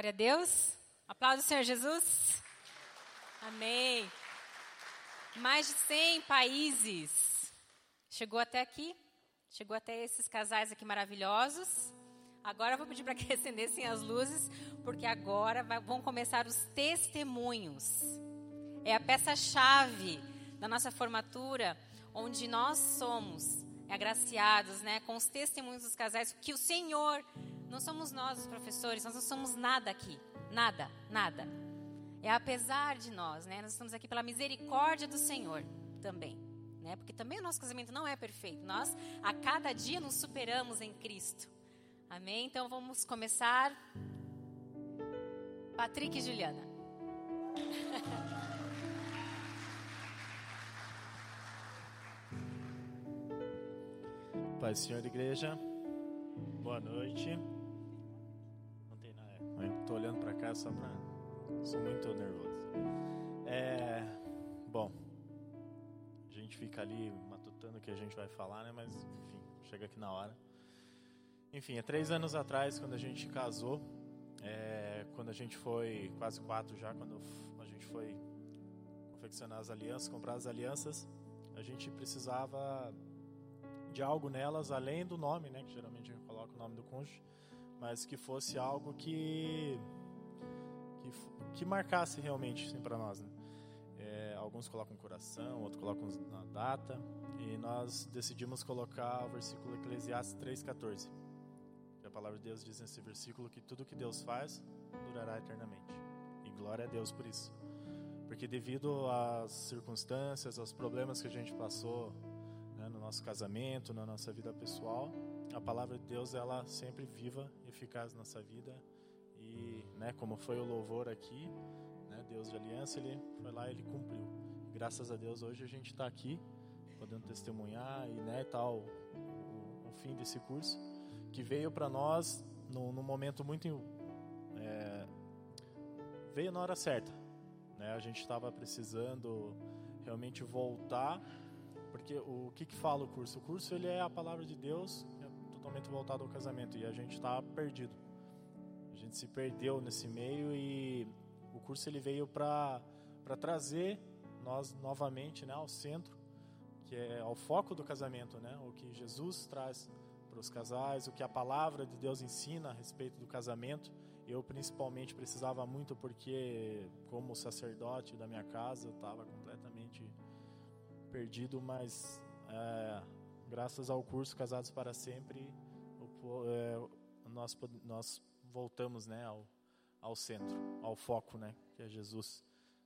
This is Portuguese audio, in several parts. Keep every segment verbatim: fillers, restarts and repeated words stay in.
Glória a Deus. Aplauda o Senhor Jesus. Amém. Mais de cem países. Chegou até aqui. Chegou até esses casais aqui maravilhosos. Agora eu vou pedir para que acendessem as luzes, porque agora vai, vão começar os testemunhos. É a peça-chave da nossa formatura, onde nós somos agraciados, né, com os testemunhos dos casais, que o Senhor, não somos nós os professores, nós não somos nada aqui, nada, nada. É apesar de nós, né, nós estamos aqui pela misericórdia do Senhor também, né, porque também o nosso casamento não é perfeito, nós a cada dia nos superamos em Cristo, amém? Então vamos começar. Patrick e Juliana. Pai, Senhor, igreja, boa noite. Não tem nada, eu tô olhando para cá só para, sou muito nervoso. É, bom, a gente fica ali matutando o que a gente vai falar, né? Mas, enfim, chega aqui na hora. Enfim, há três anos atrás, quando a gente casou, é, quando a gente foi, quase quatro já, quando a gente foi confeccionar as alianças, comprar as alianças, a gente precisava de algo nelas, além do nome, né, que geralmente a gente coloca o nome do cônjuge, mas que fosse algo que que, que marcasse realmente assim, para nós, né? É, alguns colocam coração, outros colocam na data, e nós decidimos colocar o versículo Eclesiastes três, catorze. A palavra de Deus diz nesse versículo que tudo que Deus faz durará eternamente, e glória a Deus por isso, porque devido às circunstâncias, aos problemas que a gente passou, no nosso casamento, na nossa vida pessoal, a palavra de Deus, ela sempre viva e eficaz na nossa vida. E, né, como foi o louvor aqui, né, Deus de aliança, ele foi lá e ele cumpriu. Graças a Deus, hoje a gente está aqui, podendo testemunhar e, né, tal, o, o fim desse curso, que veio para nós num, num momento muito, é, veio na hora certa, né? A gente estava precisando realmente voltar. Porque o que que fala o curso? O curso, ele é a palavra de Deus, é totalmente voltado ao casamento, e a gente está perdido. A gente se perdeu nesse meio, e o curso ele veio para para trazer nós novamente, né, ao centro, que é ao foco do casamento, né, o que Jesus traz para os casais, o que a palavra de Deus ensina a respeito do casamento. Eu principalmente precisava muito, porque como sacerdote da minha casa eu estava completamente perdido, mas é, graças ao curso Casados para Sempre, o, é, nós, nós voltamos, né, ao, ao centro, ao foco, né, que é Jesus.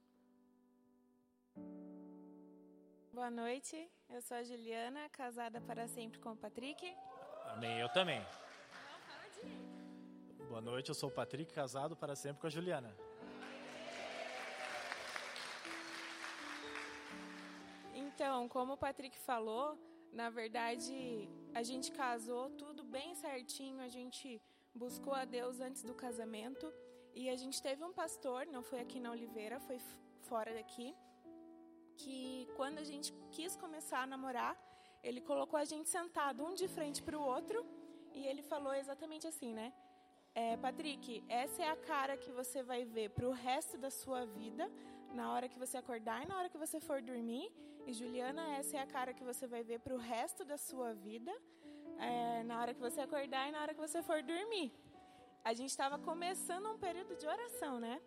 Boa noite, eu sou a Juliana, casada para sempre com o Patrick. Amém, eu também. Boa noite, eu sou o Patrick, casado para sempre com a Juliana. Então, como o Patrick falou, na verdade, a gente casou tudo bem certinho, a gente buscou a Deus antes do casamento, e a gente teve um pastor, não foi aqui na Oliveira, foi f- fora daqui, que quando a gente quis começar a namorar, ele colocou a gente sentado um de frente para o outro, e ele falou exatamente assim, né? É, Patrick, essa é a cara que você vai ver para o resto da sua vida, na hora que você acordar e na hora que você for dormir. E Juliana, essa é a cara que você vai ver para o resto da sua vida, é, na hora que você acordar e na hora que você for dormir. A gente estava começando um período de oração, né?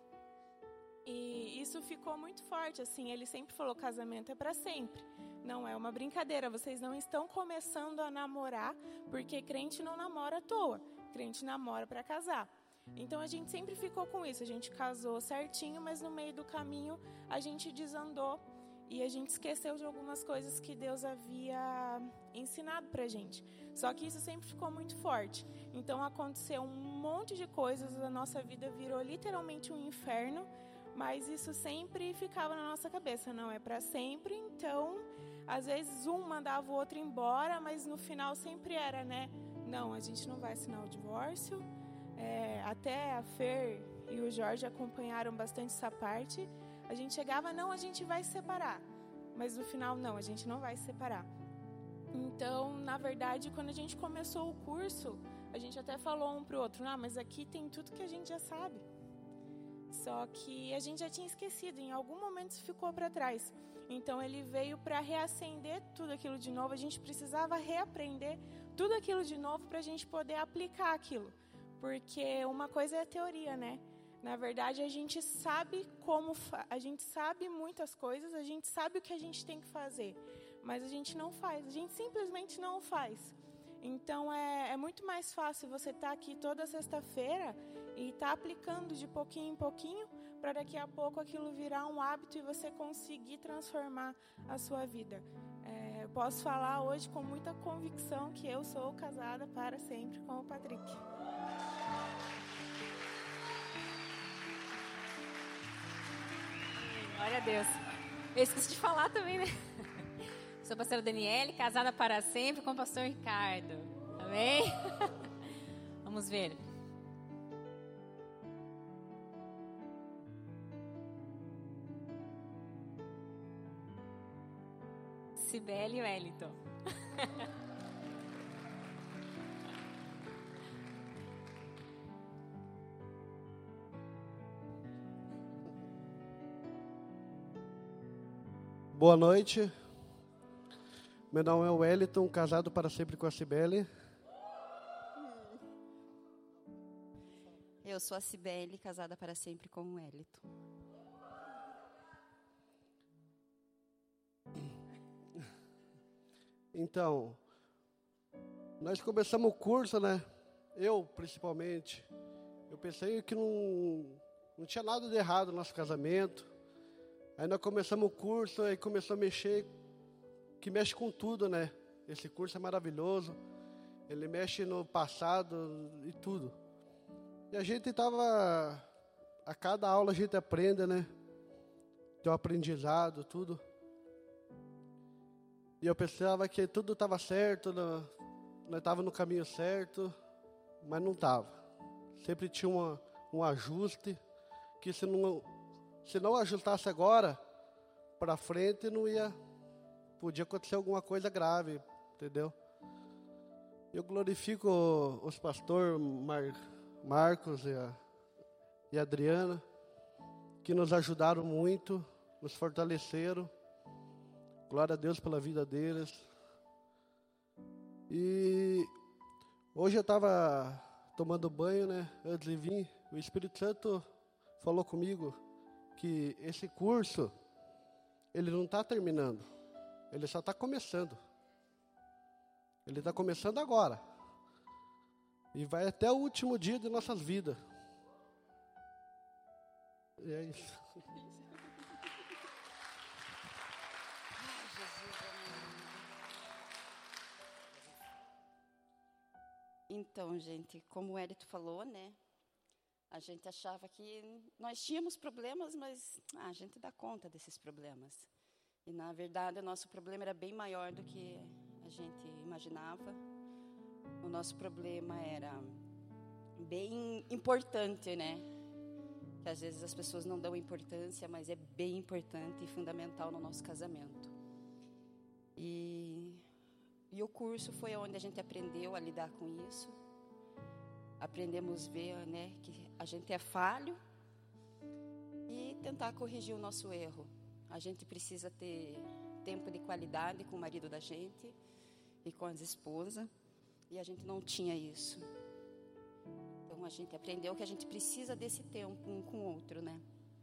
E isso ficou muito forte, assim. Ele sempre falou, casamento é para sempre. Não é uma brincadeira, vocês não estão começando a namorar, porque crente não namora à toa. Crente namora para casar. Então a gente sempre ficou com isso, a gente casou certinho, mas no meio do caminho a gente desandou e a gente esqueceu de algumas coisas que Deus havia ensinado pra gente. Só que isso sempre ficou muito forte. Então aconteceu um monte de coisas, a nossa vida virou literalmente um inferno, mas isso sempre ficava na nossa cabeça, não é para sempre. Então, às vezes um mandava o outro embora, mas no final sempre era, né? Não, a gente não vai assinar o divórcio. É, até a Fer e o Jorge acompanharam bastante essa parte. A gente chegava, não, a gente vai se separar. Mas no final, não, a gente não vai se separar. Então, na verdade, quando a gente começou o curso, a gente até falou um pro outro, ah, mas aqui tem tudo que a gente já sabe. Só que a gente já tinha esquecido, em algum momento isso ficou para trás. Então ele veio para reacender tudo aquilo de novo. A gente precisava reaprender tudo aquilo de novo para a gente poder aplicar aquilo. Porque uma coisa é a teoria, né? Na verdade, a gente sabe como, fa- a gente sabe muitas coisas, a gente sabe o que a gente tem que fazer, mas a gente não faz, a gente simplesmente não faz. Então, é, é muito mais fácil você estar aqui toda sexta-feira e estar aplicando de pouquinho em pouquinho, para daqui a pouco aquilo virar um hábito e você conseguir transformar a sua vida. É, eu posso falar hoje com muita convicção que eu sou casada para sempre com o Patrick. Glória a Deus. Eu esqueci de falar também, né? Sou a pastora Daniele, casada para sempre com o pastor Ricardo. Amém? Vamos ver. Cibele e Wellington. Boa noite, meu nome é Wellington, casado para sempre com a Cibele. Eu sou a Cibele, casada para sempre com o Wellington. Então, nós começamos o curso, né? Eu, principalmente, eu pensei que não, não tinha nada de errado no nosso casamento. Aí nós começamos o curso, aí começou a mexer, que mexe com tudo, né? Esse curso é maravilhoso, ele mexe no passado e tudo. E a gente estava, a cada aula a gente aprende, né? Tem um aprendizado, tudo. E eu pensava que tudo estava certo, nós estávamos no caminho certo, mas não estava. Sempre tinha uma, um ajuste, que se não... Se não ajustasse agora, para frente, não ia, podia acontecer alguma coisa grave, entendeu? Eu glorifico os pastores Mar, Marcos e a, e a Adriana, que nos ajudaram muito, nos fortaleceram. Glória a Deus pela vida deles. E hoje eu estava tomando banho, né? Antes de vir, o Espírito Santo falou comigo que esse curso, ele não está terminando, ele só está começando. Ele está começando agora. E vai até o último dia de nossas vidas. E é isso. Então, gente, como o Wellington falou, né? A gente achava que nós tínhamos problemas, mas ah, a gente dá conta desses problemas. E, na verdade, o nosso problema era bem maior do que a gente imaginava. O nosso problema era bem importante, né? Que às vezes as pessoas não dão importância, mas é bem importante e fundamental no nosso casamento. E, e o curso foi onde a gente aprendeu a lidar com isso. Aprendemos a ver, né, que a gente é falho e tentar corrigir o nosso erro. A gente precisa ter tempo de qualidade com o marido da gente e com as esposas, e a gente não tinha isso. Então a gente aprendeu que a gente precisa desse tempo um com o outro, né?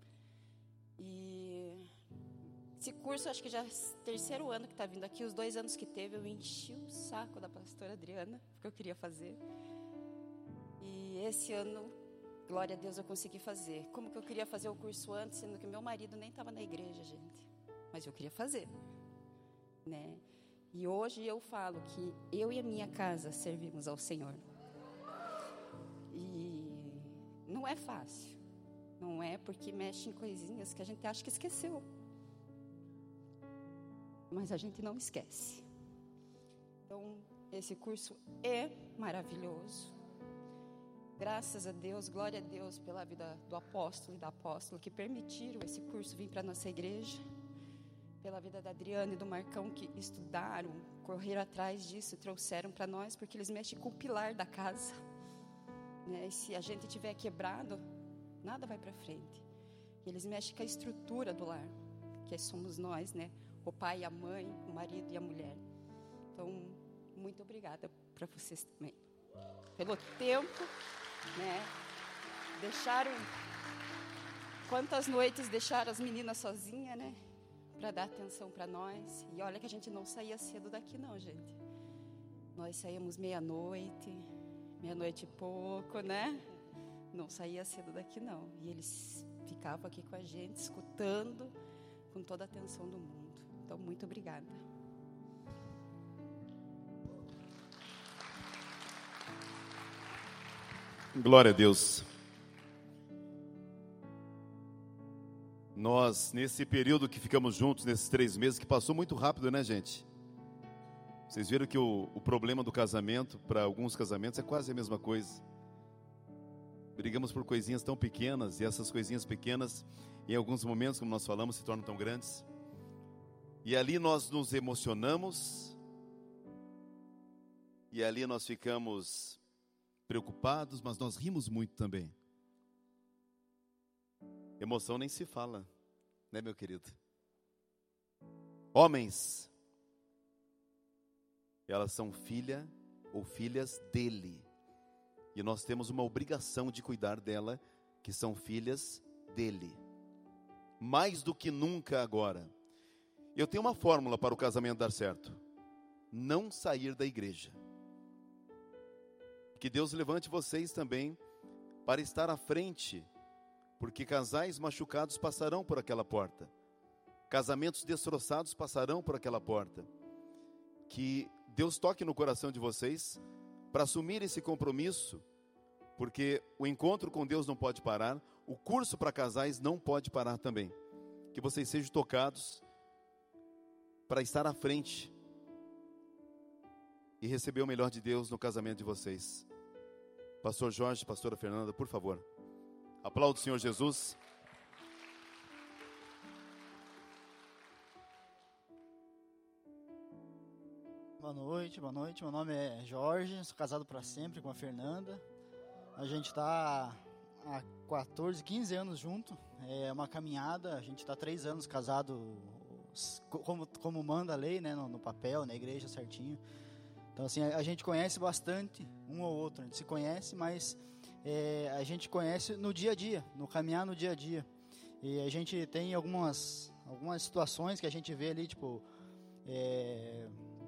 E esse curso, acho que já é o terceiro ano que está vindo aqui, os dois anos que teve, eu enchi o saco da pastora Adriana, porque eu queria fazer. E esse ano, glória a Deus, eu consegui fazer. Como que eu queria fazer o curso antes, sendo que meu marido nem estava na igreja, gente. Mas eu queria fazer, né? E hoje eu falo que eu e a minha casa servimos ao Senhor. E não é fácil. Não é porque mexe em coisinhas que a gente acha que esqueceu. Mas a gente não esquece. Então, esse curso é maravilhoso. Graças a Deus, glória a Deus pela vida do apóstolo e da apóstola que permitiram esse curso vir para a nossa igreja. Pela vida da Adriana e do Marcão que estudaram, correram atrás disso, trouxeram para nós, porque eles mexem com o pilar da casa, né? E se a gente tiver quebrado, nada vai para frente. E eles mexem com a estrutura do lar, que somos nós, né? O pai, a mãe, o marido e a mulher. Então, muito obrigada para vocês também, pelo tempo, né? Deixaram, quantas noites deixaram as meninas sozinhas, né? Para dar atenção para nós. E olha que a gente não saía cedo daqui não, gente. Nós saímos meia-noite, meia-noite e pouco, né? Não saía cedo daqui não. E eles ficavam aqui com a gente, escutando, com toda a atenção do mundo. Então, muito obrigada. Glória a Deus. Nós, nesse período que ficamos juntos, nesses três meses, que passou muito rápido, né, gente? Vocês viram que o, o problema do casamento, para alguns casamentos, é quase a mesma coisa. Brigamos por coisinhas tão pequenas, e essas coisinhas pequenas, em alguns momentos, como nós falamos, se tornam tão grandes. E ali nós nos emocionamos, e ali nós ficamos preocupados, mas nós rimos muito também. Emoção nem se fala, né, meu querido? Homens, elas são filha ou filhas dele. E nós temos uma obrigação de cuidar dela, que são filhas dele. Mais do que nunca agora. Eu tenho uma fórmula para o casamento dar certo: não sair da igreja. Que Deus levante vocês também para estar à frente, porque casais machucados passarão por aquela porta, casamentos destroçados passarão por aquela porta. Que Deus toque no coração de vocês para assumir esse compromisso, porque o encontro com Deus não pode parar, o curso para casais não pode parar também. Que vocês sejam tocados para estar à frente e receber o melhor de Deus no casamento de vocês. Pastor Jorge, pastora Fernanda, por favor. Aplauda o Senhor Jesus. Boa noite, boa noite. Meu nome é Jorge, sou casado para sempre com a Fernanda. A gente está há quatorze, quinze anos junto. É uma caminhada, a gente está três anos casado como, como manda a lei, né, no, no papel, na igreja, certinho. Então, assim, a, a gente conhece bastante um ou outro, a gente se conhece, mas é, a gente conhece no dia a dia, no caminhar no dia a dia. E a gente tem algumas, algumas situações que a gente vê ali, tipo, é,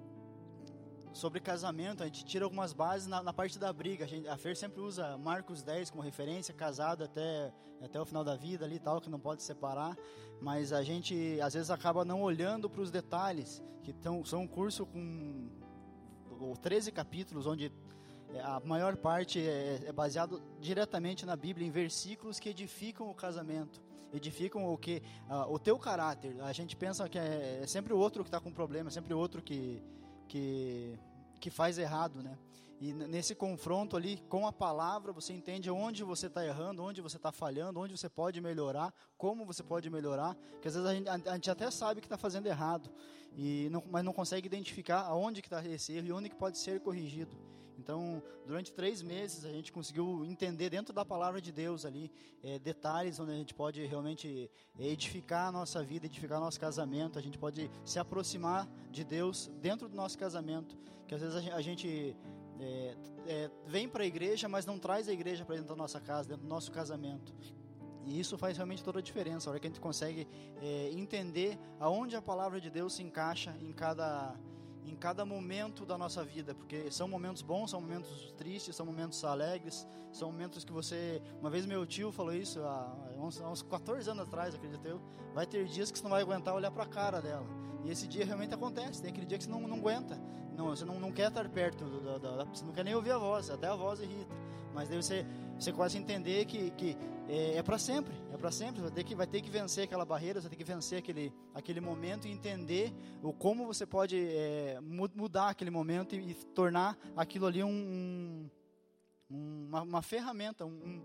sobre casamento, a gente tira algumas bases na, na parte da briga. A, gente, a Fer sempre usa Marcos dez como referência, casado até, até o final da vida ali, tal, que não pode separar. Mas a gente, às vezes, acaba não olhando para os detalhes, que tão, são um curso com treze capítulos, onde a maior parte é, é baseado diretamente na Bíblia, em versículos que edificam o casamento, edificam o que? Uh, o teu caráter. A gente pensa que é, é sempre o outro que está com problema, é sempre o outro que, que, que faz errado, né? E nesse confronto ali com a palavra, você entende onde você está errando, onde você está falhando, onde você pode melhorar, como você pode melhorar, que às vezes a gente, a gente até sabe que está fazendo errado, e não, mas não consegue identificar aonde que está esse erro e onde que pode ser corrigido. Então, durante três meses, a gente conseguiu entender dentro da palavra de Deus ali, é, detalhes onde a gente pode realmente edificar a nossa vida, edificar nosso casamento, a gente pode se aproximar de Deus dentro do nosso casamento, que às vezes a gente... A gente É, é, vem para a igreja, mas não traz a igreja para dentro da nossa casa, dentro do nosso casamento. E isso faz realmente toda a diferença, a hora que a gente consegue é, entender aonde a palavra de Deus se encaixa em cada, em cada momento da nossa vida, porque são momentos bons, são momentos tristes, são momentos alegres, são momentos que você... Uma vez meu tio falou isso, há uns, há uns quatorze anos atrás, acredito eu, vai ter dias que você não vai aguentar olhar para a cara dela, e esse dia realmente acontece, tem aquele dia que você não, não aguenta. Não, você não, não quer estar perto, da, da, da, você não quer nem ouvir a voz, até a voz irrita. Mas daí você, você começa a entender que, que é, é para sempre, é para sempre. Você vai ter, que, vai ter que vencer aquela barreira, você vai ter que vencer aquele, aquele momento e entender o, como você pode é, mudar aquele momento e, e tornar aquilo ali um, um, uma, uma ferramenta, um, um,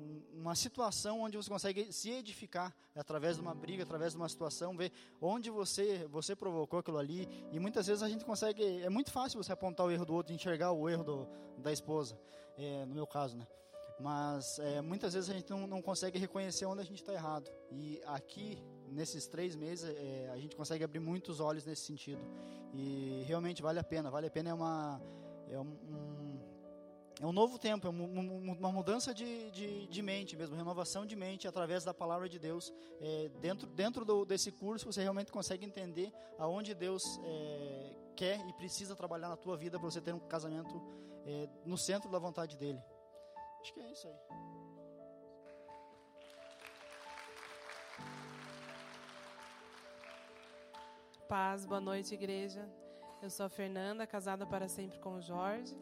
uma situação onde você consegue se edificar através de uma briga, através de uma situação, ver onde você, você provocou aquilo ali. E muitas vezes a gente consegue, é muito fácil você apontar o erro do outro, enxergar o erro do, da esposa, é, no meu caso, né? Mas é, muitas vezes a gente não, não consegue reconhecer onde a gente está errado. E aqui, nesses três meses, é, a gente consegue abrir muitos olhos nesse sentido. E realmente vale a pena. Vale a pena, é uma... É um, um, é um novo tempo, é uma mudança de, de, de mente mesmo, renovação de mente através da palavra de Deus. É, dentro dentro do, desse curso, você realmente consegue entender aonde Deus é, quer e precisa trabalhar na tua vida para você ter um casamento é, no centro da vontade dEle. Acho que é isso aí. Paz, boa noite, igreja. Eu sou a Fernanda, casada para sempre com o Jorge.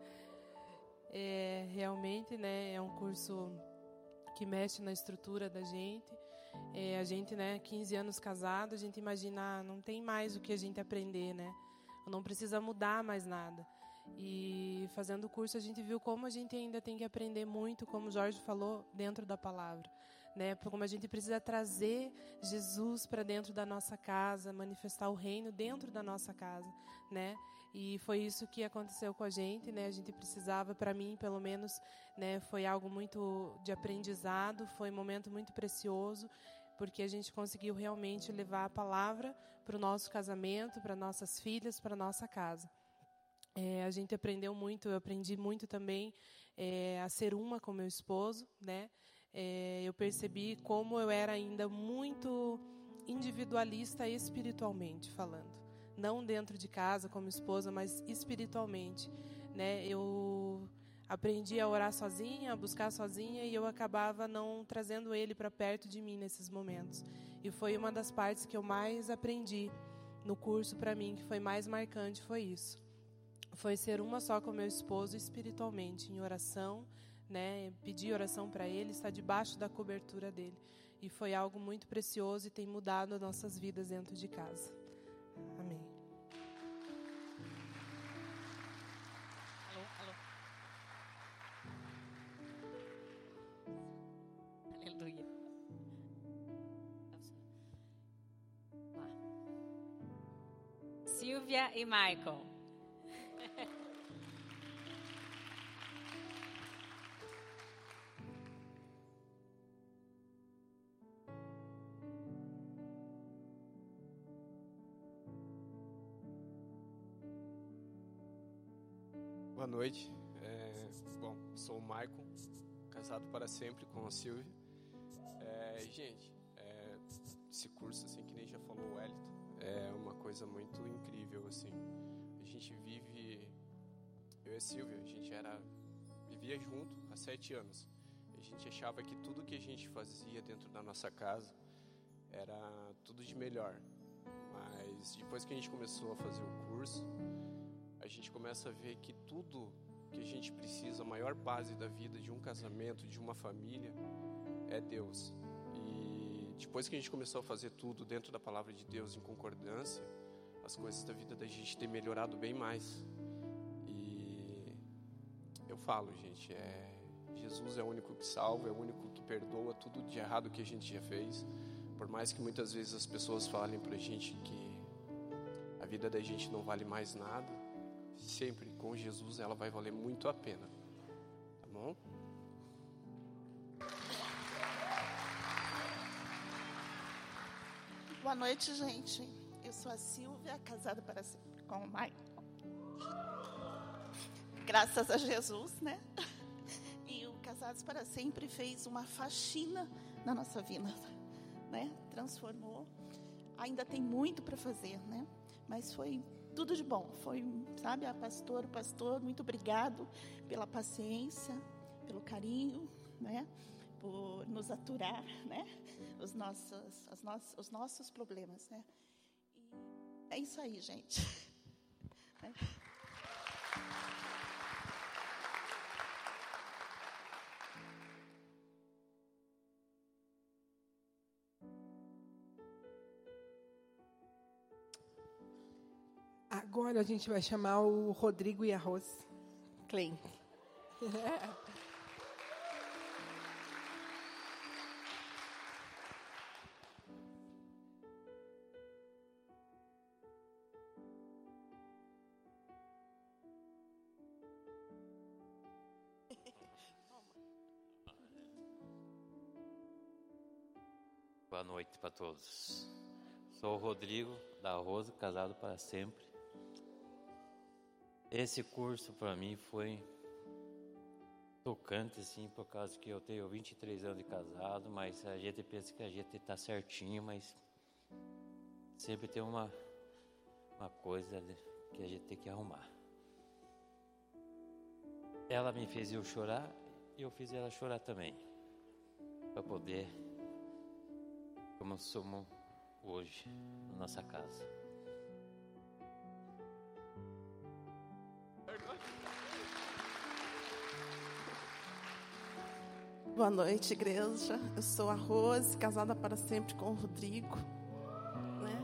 É, realmente, né, é um curso que mexe na estrutura da gente. É, a gente, né, quinze anos casado, a gente imagina, ah, não tem mais o que a gente aprender, né? Não precisa mudar mais nada. E fazendo o curso a gente viu como a gente ainda tem que aprender muito, como o Jorge falou, dentro da palavra, né? Como a gente precisa trazer Jesus para dentro da nossa casa, manifestar o reino dentro da nossa casa, né? E foi isso que aconteceu com a gente, né? A gente precisava, para mim, pelo menos, né? Foi algo muito de aprendizado, foi um momento muito precioso, porque a gente conseguiu realmente levar a palavra para o nosso casamento, para nossas filhas, para nossa casa. É, a gente aprendeu muito, eu aprendi muito também é, a ser uma com meu esposo, né? É, eu percebi como eu era ainda muito individualista espiritualmente falando. Não dentro de casa como esposa, mas espiritualmente, né? Eu aprendi a orar sozinha, a buscar sozinha, e eu acabava não trazendo ele para perto de mim nesses momentos. E foi uma das partes que eu mais aprendi no curso para mim, que foi mais marcante, foi isso. Foi ser uma só com meu esposo espiritualmente, em oração, né? Pedir oração para ele, estar debaixo da cobertura dele. E foi algo muito precioso e tem mudado as nossas vidas dentro de casa. Amém. Alô, alô. Aleluia. Lá. Silvia e Michael. Boa noite. É, bom, sou o Michael, casado para sempre com a Silvia. É, gente, é, esse curso, assim, que nem já falou o Wellington, é uma coisa muito incrível, assim. A gente vive, eu e a Silvia, a gente era, vivia junto há sete anos. A gente achava que tudo que a gente fazia dentro da nossa casa era tudo de melhor. Mas depois que a gente começou a fazer o curso, a gente começa a ver que tudo que a gente precisa, a maior base da vida de um casamento, de uma família, é Deus. E depois que a gente começou a fazer tudo dentro da palavra de Deus, em concordância, as coisas da vida da gente têm melhorado bem mais. E eu falo, gente, é, Jesus é o único que salva, é o único que perdoa tudo de errado que a gente já fez. Por mais que muitas vezes as pessoas falem pra gente que a vida da gente não vale mais nada, sempre com Jesus ela vai valer muito a pena, tá bom? Boa noite, gente. Eu sou a Silvia, casada para sempre com o Michael. Graças a Jesus, né? E o Casados para Sempre fez uma faxina na nossa vida, né? Transformou. Ainda tem muito para fazer, né? Mas foi tudo de bom. Foi, sabe, a pastora, o pastor, muito obrigado pela paciência, pelo carinho, né? Por nos aturar, né? Os nossos, as nossas, os nossos problemas, né? E é isso aí, gente. Né? Agora a gente vai chamar o Rodrigo e a Rose Klein. Boa noite para todos. Sou o Rodrigo da Rosa, casado para sempre. Esse curso para mim foi tocante, assim, por causa que eu tenho vinte e três anos de casado, mas a gente pensa que a gente está certinho, mas sempre tem uma, uma coisa que a gente tem que arrumar. Ela me fez eu chorar e eu fiz ela chorar também, para poder, como somos hoje na nossa casa. Boa noite, igreja. Eu sou a Rose, casada para sempre com o Rodrigo, né?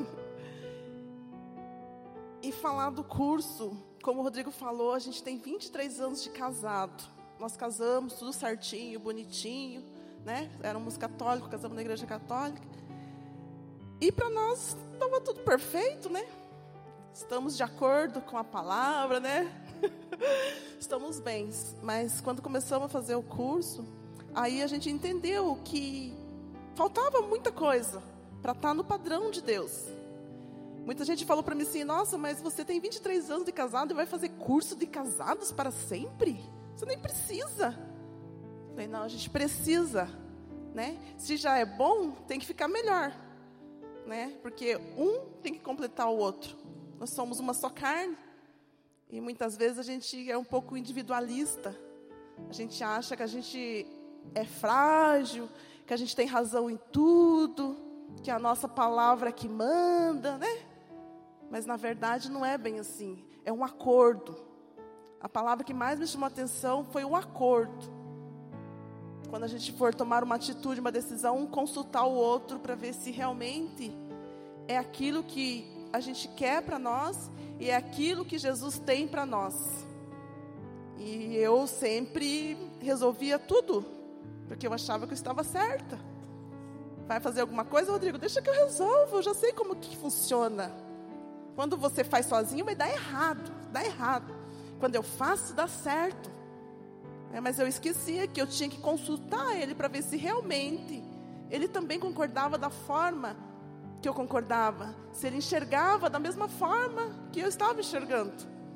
E falar do curso, como o Rodrigo falou, a gente tem vinte e três anos de casado. Nós casamos tudo certinho, bonitinho, né? Éramos católicos, casamos na igreja católica. E para nós estava tudo perfeito, né? Estamos de acordo com a palavra, né? Estamos bem. Mas quando começamos a fazer o curso, aí a gente entendeu que faltava muita coisa para estar no padrão de Deus. Muita gente falou para mim assim: nossa, mas você tem vinte e três anos de casado e vai fazer curso de casados para sempre? Você nem precisa. Eu falei, não, a gente precisa, né? Se já é bom, tem que ficar melhor, né? Porque um tem que completar o outro. Nós somos uma só carne. E muitas vezes a gente é um pouco individualista. A gente acha que a gente é frágil, que a gente tem razão em tudo, que a nossa palavra é que manda, né? Mas na verdade não é bem assim. É um acordo. A palavra que mais me chamou a atenção foi o acordo. Quando a gente for tomar uma atitude, uma decisão, um consultar o outro para ver se realmente é aquilo que a gente quer para nós e é aquilo que Jesus tem para nós. E eu sempre resolvia tudo, porque eu achava que eu estava certa. Vai fazer alguma coisa, Rodrigo? Deixa que eu resolvo, eu já sei como que funciona. Quando você faz sozinho, vai dar errado, dá errado. Quando eu faço, dá certo. É, mas eu esquecia que eu tinha que consultar ele para ver se realmente ele também concordava da forma que eu concordava, se ele enxergava da mesma forma que eu estava enxergando.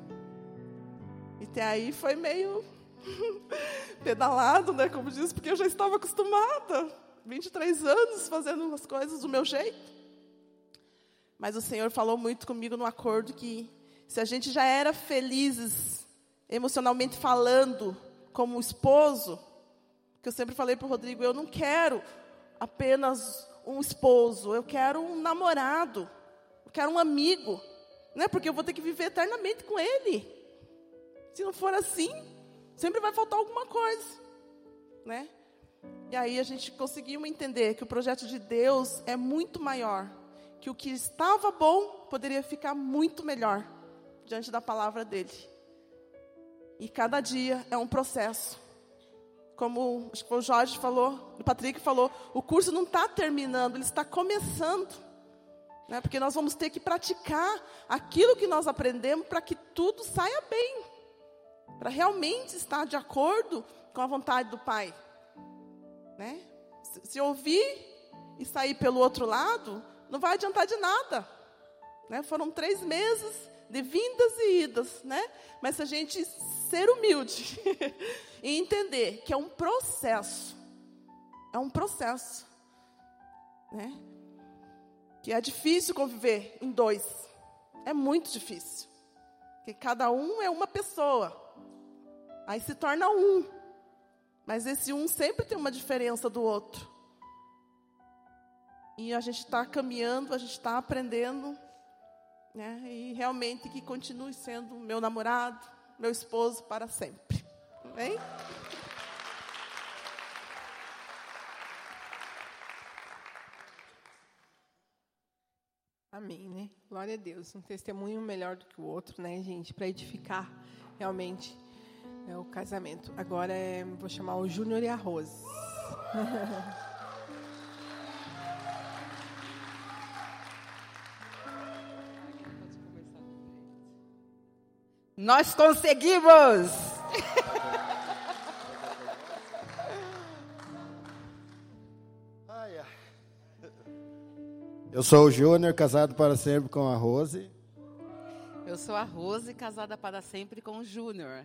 E até aí foi meio pedalado, né, como diz, porque eu já estava acostumada, vinte e três anos fazendo as coisas do meu jeito. Mas o Senhor falou muito comigo no acordo que se a gente já era felizes, emocionalmente falando, como esposo, que eu sempre falei para o Rodrigo, eu não quero apenas um esposo, eu quero um namorado, eu quero um amigo, né? Porque eu vou ter que viver eternamente com ele. Se não for assim, sempre vai faltar alguma coisa, né? E aí a gente conseguiu entender que o projeto de Deus é muito maior, que o que estava bom poderia ficar muito melhor diante da palavra dele. E cada dia é um processo. Como acho que o Jorge falou, o Patrick falou, o curso não está terminando, ele está começando. Né? Porque nós vamos ter que praticar aquilo que nós aprendemos para que tudo saia bem. Para realmente estar de acordo com a vontade do Pai. Né? Se, se ouvir e sair pelo outro lado, não vai adiantar de nada. Né? Foram três meses de vindas e idas. Né? Mas se a gente ser humilde e entender que é um processo, é um processo, né? Que é difícil conviver em dois, é muito difícil, porque cada um é uma pessoa, aí se torna um, mas esse um sempre tem uma diferença do outro, e a gente está caminhando, a gente está aprendendo, né? E realmente que continue sendo meu namorado, meu esposo para sempre. Amém? Amém, né? Glória a Deus. Um testemunho melhor do que o outro, né, gente? Para edificar realmente é, o casamento. Agora é, vou chamar o Júnior e a Rose. Nós conseguimos! Ai, ai. Eu sou o Júnior, casado para sempre com a Rose. Eu sou a Rose, casada para sempre com o Júnior.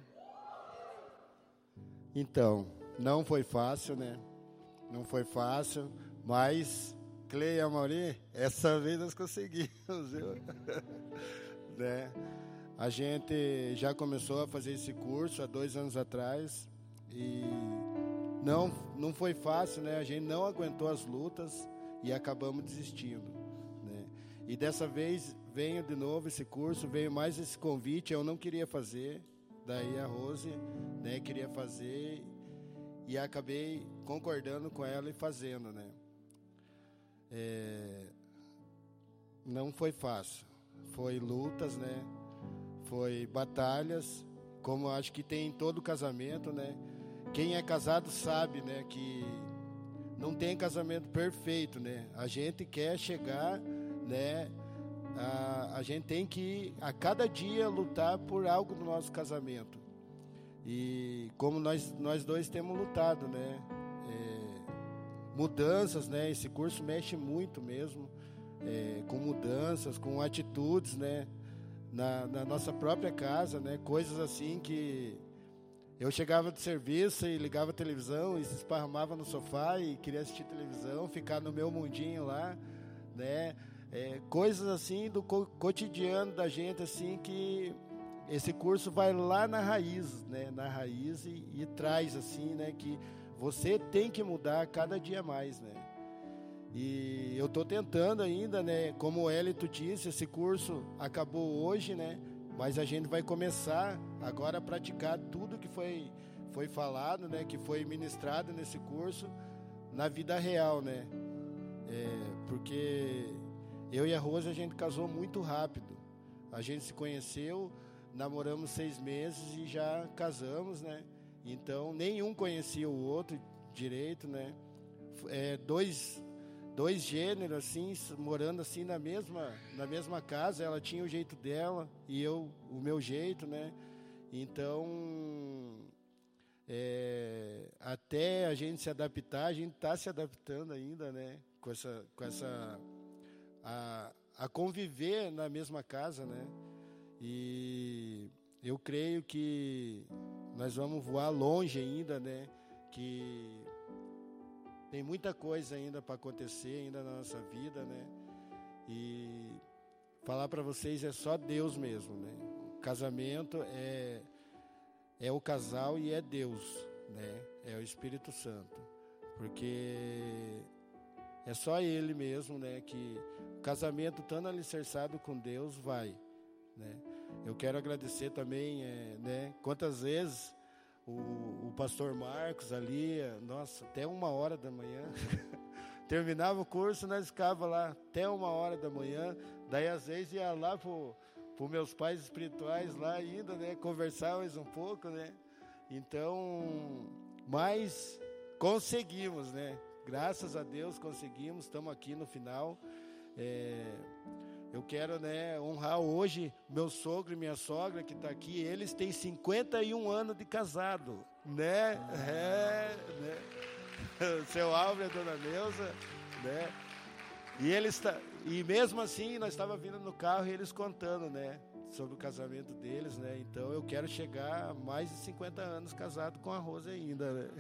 Então, não foi fácil, né? Não foi fácil, mas, Cleia e Amaury, essa vez nós conseguimos, viu? Né? A gente já começou a fazer esse curso há dois anos atrás e não, não foi fácil, né? A gente não aguentou as lutas e acabamos desistindo, né? E dessa vez venho de novo esse curso, veio mais esse convite, eu não queria fazer, daí a Rose, né, queria fazer e acabei concordando com ela e fazendo, né? É, não foi fácil, foi lutas, né? Foi batalhas, como acho que tem em todo casamento, né? Quem é casado sabe, né, que não tem casamento perfeito, né? A gente quer chegar, né? A, a gente tem que, a cada dia, lutar por algo no nosso casamento. E como nós, nós dois temos lutado, né? É, mudanças, né? Esse curso mexe muito mesmo, é, com mudanças, com atitudes, né? Na, na nossa própria casa, né? Coisas assim que eu chegava do serviço e ligava a televisão e se esparramava no sofá e queria assistir televisão, ficar no meu mundinho lá, né? É, coisas assim do co- cotidiano da gente, assim, que esse curso vai lá na raiz, né? Na raiz e, e traz, assim, né? Que você tem que mudar cada dia mais, né? E eu estou tentando ainda, né? Como o Hélito disse, esse curso acabou hoje, né? Mas a gente vai começar agora a praticar tudo que foi, foi falado, né? Que foi ministrado nesse curso na vida real, né? É, porque eu e a Rose, a gente casou muito rápido. A gente se conheceu, namoramos seis meses e já casamos, né? Então, nenhum conhecia o outro direito, né? É, dois... Dois gêneros, assim, morando assim na mesma, na mesma casa. Ela tinha o jeito dela e eu o meu jeito, né? Então, é, até a gente se adaptar, a gente está se adaptando ainda, né? Com essa, com essa a, a conviver na mesma casa, né? E eu creio que nós vamos voar longe ainda, né? Que tem muita coisa ainda para acontecer ainda na nossa vida, né? E falar para vocês é só Deus mesmo, né? O casamento é é o casal e é Deus, né? É o Espírito Santo, porque é só Ele mesmo, né? Que o casamento estando alicerçado com Deus vai, né? Eu quero agradecer também, é, né? Quantas vezes O, o pastor Marcos ali, nossa, até uma hora da manhã, terminava o curso, nós ficava lá até uma hora da manhã, daí às vezes ia lá para os meus pais espirituais lá ainda, né, conversar mais um pouco, né, então, mas conseguimos, né, graças a Deus conseguimos, estamos aqui no final. é, Eu quero, né, honrar hoje meu sogro e minha sogra que está aqui. Eles têm cinquenta e um anos de casado, né? É, né? Seu Álvaro e a dona Neuza, né? E eles tá, e mesmo assim nós estávamos vindo no carro e eles contando, né, sobre o casamento deles, né? Então eu quero chegar a mais de cinquenta anos casado com a Rose ainda, né?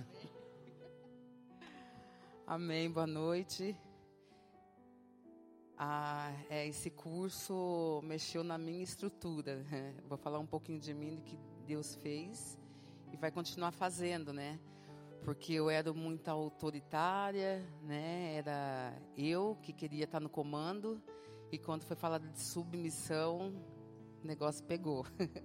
Amém, boa noite. Ah, é, esse curso mexeu na minha estrutura. Né? Vou falar um pouquinho de mim, do que Deus fez e vai continuar fazendo, né? Porque eu era muito autoritária, né? Era eu que queria estar no comando e quando foi falado de submissão, o negócio pegou.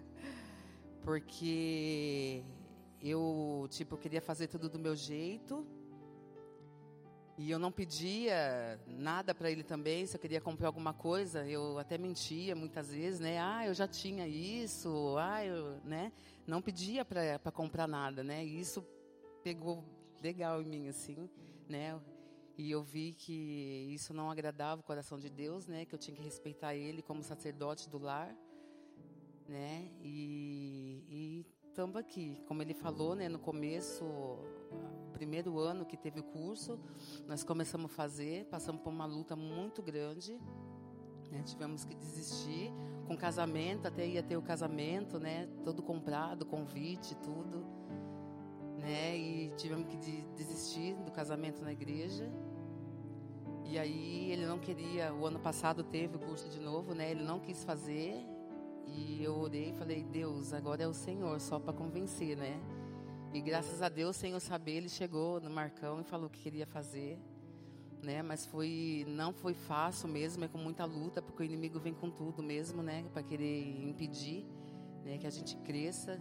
Porque eu, tipo, eu queria fazer tudo do meu jeito. E eu não pedia nada para ele também, se eu queria comprar alguma coisa, eu até mentia muitas vezes, né? Ah, eu já tinha isso, ah, eu, né? Não pedia para comprar nada, né? E isso pegou legal em mim, assim, né? E eu vi que isso não agradava o coração de Deus, né? Que eu tinha que respeitar ele como sacerdote do lar, né? E, e estamos aqui. Como ele falou, né, no começo, o primeiro ano que teve o curso, nós começamos a fazer, passamos por uma luta muito grande, né, tivemos que desistir. Com casamento, até ia ter o casamento, né, todo comprado, convite, tudo, né, e tivemos que de, desistir do casamento na igreja. E aí ele não queria, o ano passado teve o curso de novo, né, ele não quis fazer. E eu orei e falei, Deus, agora é o Senhor, só para convencer, né? E graças a Deus, sem eu saber, ele chegou no Marcão e falou que queria fazer, né? Mas foi, não foi fácil mesmo, é com muita luta, porque o inimigo vem com tudo mesmo, né? Para querer impedir, né, que a gente cresça.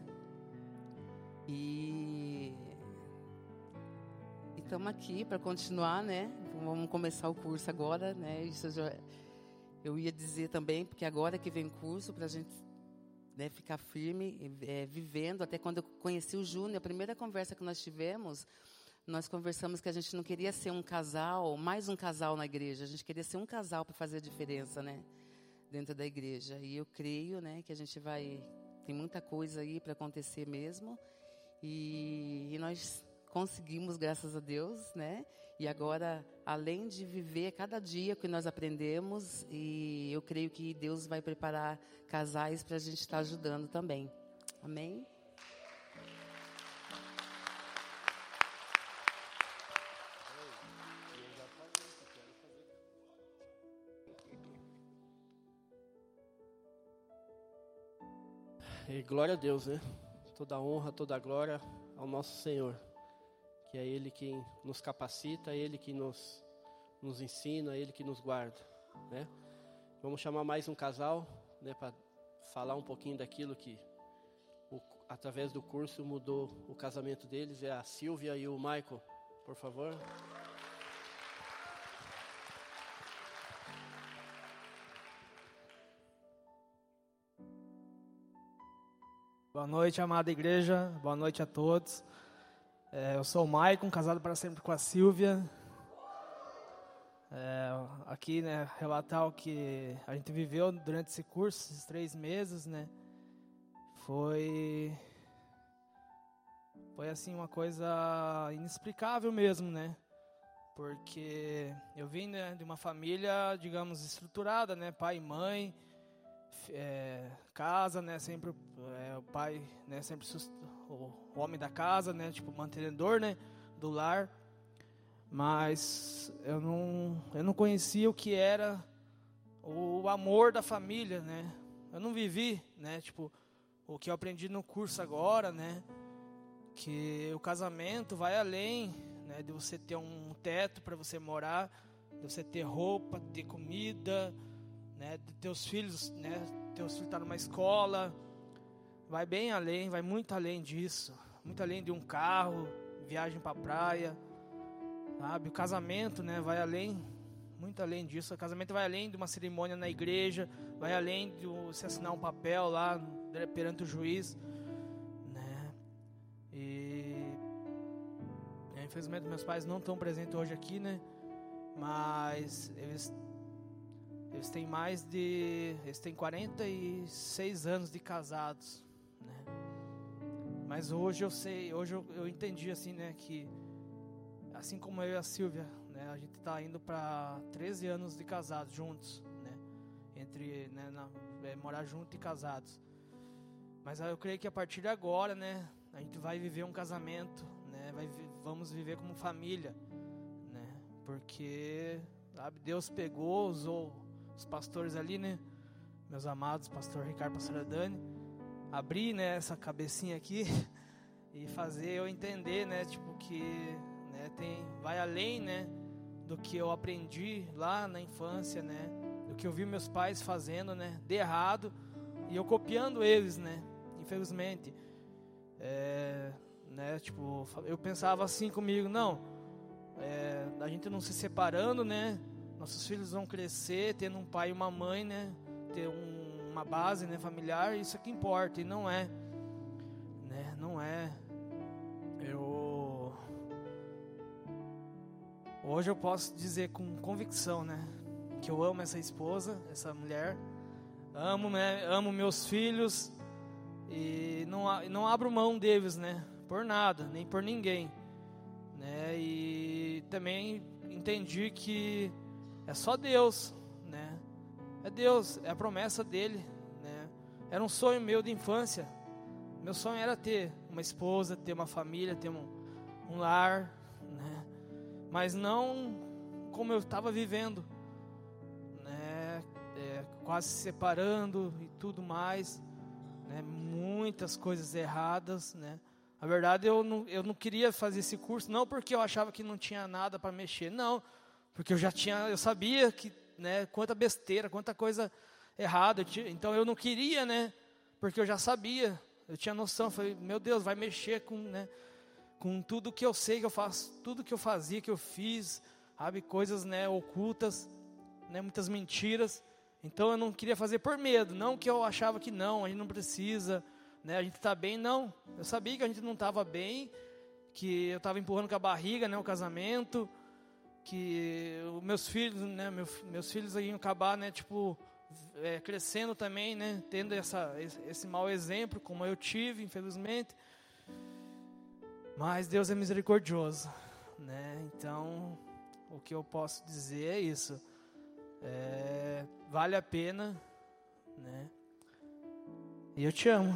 E estamos aqui para continuar, né? Vamos começar o curso agora, né? Isso eu já... Eu ia dizer também, porque agora que vem curso, para a gente, né, ficar firme, é, vivendo. Até quando eu conheci o Júnior, a primeira conversa que nós tivemos, nós conversamos que a gente não queria ser um casal, mais um casal na igreja. A gente queria ser um casal para fazer a diferença, né, dentro da igreja. E eu creio, né, que a gente vai... Tem muita coisa aí para acontecer mesmo. E, e nós conseguimos, graças a Deus, né? E agora, além de viver cada dia que nós aprendemos, e eu creio que Deus vai preparar casais para a gente estar ajudando também. Amém? E glória a Deus, né? Toda a honra, toda a glória ao nosso Senhor. Que é Ele quem nos capacita, é Ele que nos, nos ensina, é Ele que nos guarda, né? Vamos chamar mais um casal, né, para falar um pouquinho daquilo que, o, através do curso, mudou o casamento deles. É a Silvia e o Michael, por favor. Boa noite, amada igreja. Boa noite a todos. É, eu sou o Maicon, casado para sempre com a Silvia. É, aqui, né, relatar o que a gente viveu durante esse curso, esses três meses, né? Foi, foi assim uma coisa inexplicável mesmo, né? Porque eu vim, né, de uma família, digamos, estruturada, né? Pai e mãe, é, casa, né? Sempre é, o pai, né? Sempre sust... o homem da casa, né, tipo mantenedor, né, do lar. Mas eu não, eu não conhecia o que era o amor da família, né? Eu não vivi, né, tipo o que eu aprendi no curso agora, né, que o casamento vai além, né, de você ter um teto para você morar, de você ter roupa, ter comida, né, de teus filhos, né, teus filhos estar numa escola. Vai bem além, vai muito além disso. Muito além de um carro, viagem para a praia, sabe? O casamento, né, vai além, muito além disso. O casamento vai além de uma cerimônia na igreja, vai além de você assinar um papel lá perante o juiz, né? E infelizmente meus pais não estão presentes hoje aqui, né? Mas eles eles têm mais de eles têm quarenta e seis anos de casados. Mas hoje eu sei, hoje eu, eu entendi assim, né, que assim como eu e a Silvia, né, a gente está indo para treze anos de casados juntos, né, entre, né, na, é, morar junto e casados. Mas eu creio que a partir de agora, né, a gente vai viver um casamento, né, vai, vamos viver como família, né, porque, sabe, Deus pegou, usou os pastores ali, né, meus amados, pastor Ricardo, pastora Dani, abrir, né, essa cabecinha aqui e fazer eu entender, né, tipo que, né, tem, vai além, né, do que eu aprendi lá na infância, né, do que eu vi meus pais fazendo, né, de errado e eu copiando eles, né, infelizmente, é, né, tipo, eu pensava assim comigo, não, é, a gente não se separando, né, nossos filhos vão crescer tendo um pai e uma mãe, né, ter um uma base, né, familiar, isso é que importa, e não é, né, não é. Eu hoje eu posso dizer com convicção, né, que eu amo essa esposa, essa mulher, amo, né, amo meus filhos, E não, não abro mão deles, né? Por nada, nem por ninguém. Né? E também entendi que é só Deus, né? É Deus, é a promessa dele, né? Era um sonho meu de infância. Meu sonho era ter uma esposa, ter uma família, ter um, um lar, né? Mas não como eu estava vivendo, né? É, quase se separando e tudo mais, né? Muitas coisas erradas, né? Na verdade, eu não, eu não queria fazer esse curso, não porque eu achava que não tinha nada para mexer, não, porque eu já tinha, eu sabia que, né, quanta besteira, quanta coisa errada, eu tinha, então eu não queria, né, porque eu já sabia, eu tinha noção, falei, meu Deus, vai mexer com, né, com tudo que eu sei que eu faço, tudo que eu fazia, que eu fiz, sabe, coisas, né, ocultas, né, muitas mentiras, então eu não queria fazer por medo, não que eu achava que não, a gente não precisa, né, a gente está bem, não. Eu sabia que a gente não estava bem, que eu estava empurrando com a barriga, né, o casamento, que os meus filhos, né, meu, meus filhos iam acabar, né, tipo, é, crescendo também, né, tendo essa, esse, esse mau exemplo, como eu tive, infelizmente. Mas Deus é misericordioso, né? Então, o que eu posso dizer é isso. É, vale a pena, né? E eu te amo.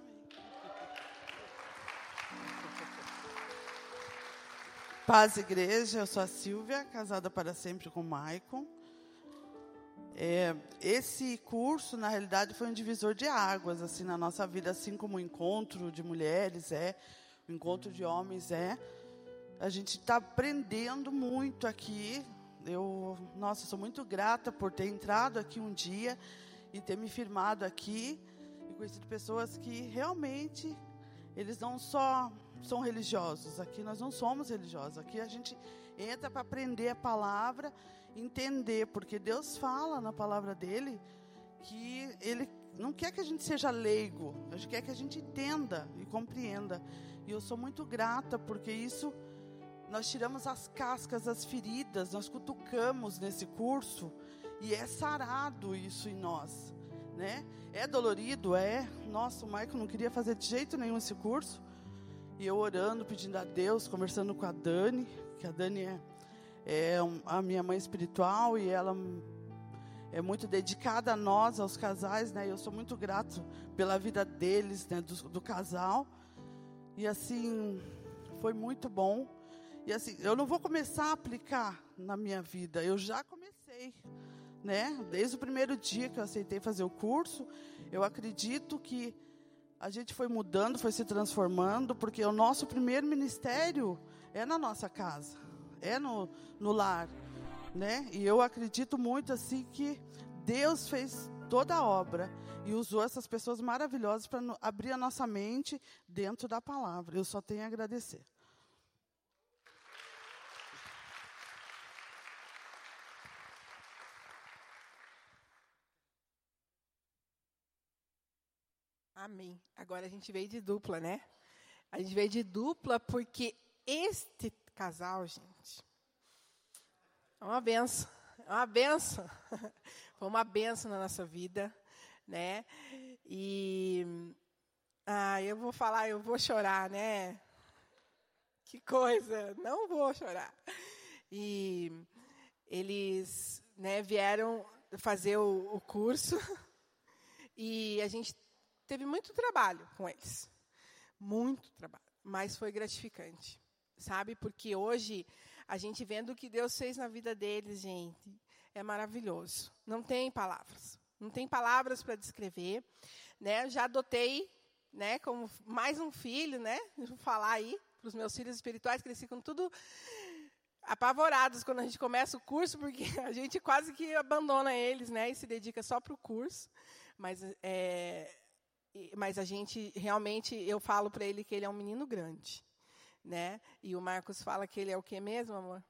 Paz, igreja, eu sou a Silvia, casada para sempre com o Maicon. É, esse curso, na realidade, foi um divisor de águas assim, na nossa vida, assim como o encontro de mulheres é, o encontro de homens é. A gente está aprendendo muito aqui. Eu, nossa, sou muito grata por ter entrado aqui um dia e ter me firmado aqui e conhecido pessoas que realmente, eles não só são religiosos, aqui nós não somos religiosos, aqui a gente entra para aprender a palavra, entender, porque Deus fala na palavra dele que ele não quer que a gente seja leigo, ele quer que a gente entenda e compreenda. E eu sou muito grata, porque isso, nós tiramos as cascas, as feridas, nós cutucamos nesse curso, e é sarado isso em nós, né? É dolorido, é. Nossa, o Maicon não queria fazer de jeito nenhum esse curso, e eu orando, pedindo a Deus, conversando com a Dani, que a Dani é, é a minha mãe espiritual, e ela é muito dedicada a nós, aos casais, né? Eu sou muito grato pela vida deles, né? do, do casal, e assim, foi muito bom. E assim, eu não vou começar a aplicar na minha vida, eu já comecei, né? Desde o primeiro dia que eu aceitei fazer o curso, eu acredito que a gente foi mudando, foi se transformando, porque o nosso primeiro ministério é na nossa casa, é no, no lar, né? E eu acredito muito assim que Deus fez toda a obra e usou essas pessoas maravilhosas para abrir a nossa mente dentro da palavra. Eu só tenho a agradecer. Amém. Agora a gente veio de dupla, né? A gente veio de dupla porque este casal, gente, é uma benção. É uma benção. Foi uma benção na nossa vida, né? E ah, eu vou falar, eu vou chorar, né? Que coisa, não vou chorar. E eles, né, vieram fazer o, o curso e a gente teve muito trabalho com eles, muito trabalho, mas foi gratificante, sabe? Porque hoje, a gente vendo o que Deus fez na vida deles, gente, é maravilhoso. Não tem palavras, não tem palavras para descrever, né? Já adotei, né, como mais um filho, né? Vou falar aí para os meus filhos espirituais, que eles ficam tudo apavorados quando a gente começa o curso, porque a gente quase que abandona eles, né? E se dedica só para o curso, mas é... Mas a gente, realmente, eu falo para ele que ele é um menino grande, né? E o Marcos fala que ele é o quê mesmo, amor?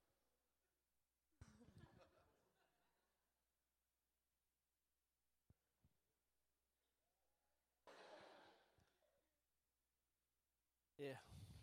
É.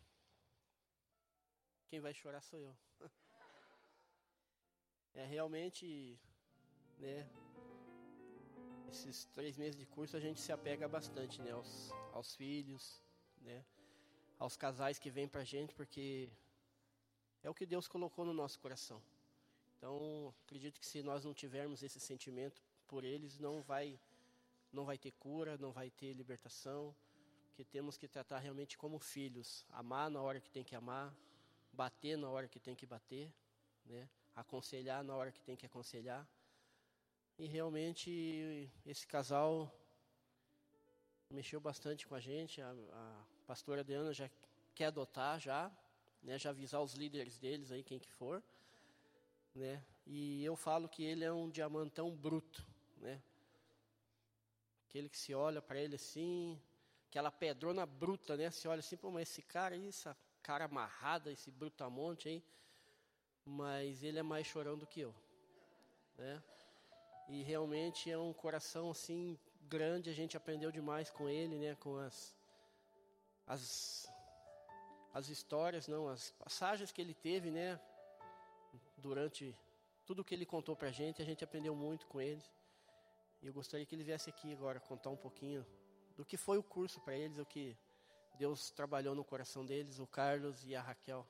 Quem vai chorar sou eu. É realmente, né? esses três meses de curso a gente se apega bastante, né, aos, aos filhos, né, aos casais que vêm para a gente, porque é o que Deus colocou no nosso coração. Então, acredito que se nós não tivermos esse sentimento por eles, não vai, não vai ter cura, não vai ter libertação, porque temos que tratar realmente como filhos, amar na hora que tem que amar, bater na hora que tem que bater, né, aconselhar na hora que tem que aconselhar. E realmente esse casal mexeu bastante com a gente. A, a pastora Adriana já quer adotar, já, né, já avisar os líderes deles aí, quem que for, né? E eu falo que ele é um diamantão bruto, né? Aquele que se olha para ele assim, aquela pedrona bruta, né? Se olha assim, pô, mas esse cara aí, essa cara amarrada, esse brutamonte aí, mas ele é mais chorão do que eu, né? E realmente é um coração assim grande, a gente aprendeu demais com ele, né, com as as as histórias, não, as passagens que ele teve, né, durante tudo que ele contou pra gente, a gente aprendeu muito com ele. E eu gostaria que ele viesse aqui agora contar um pouquinho do que foi o curso para eles, o que Deus trabalhou no coração deles, o Carlos e a Raquel.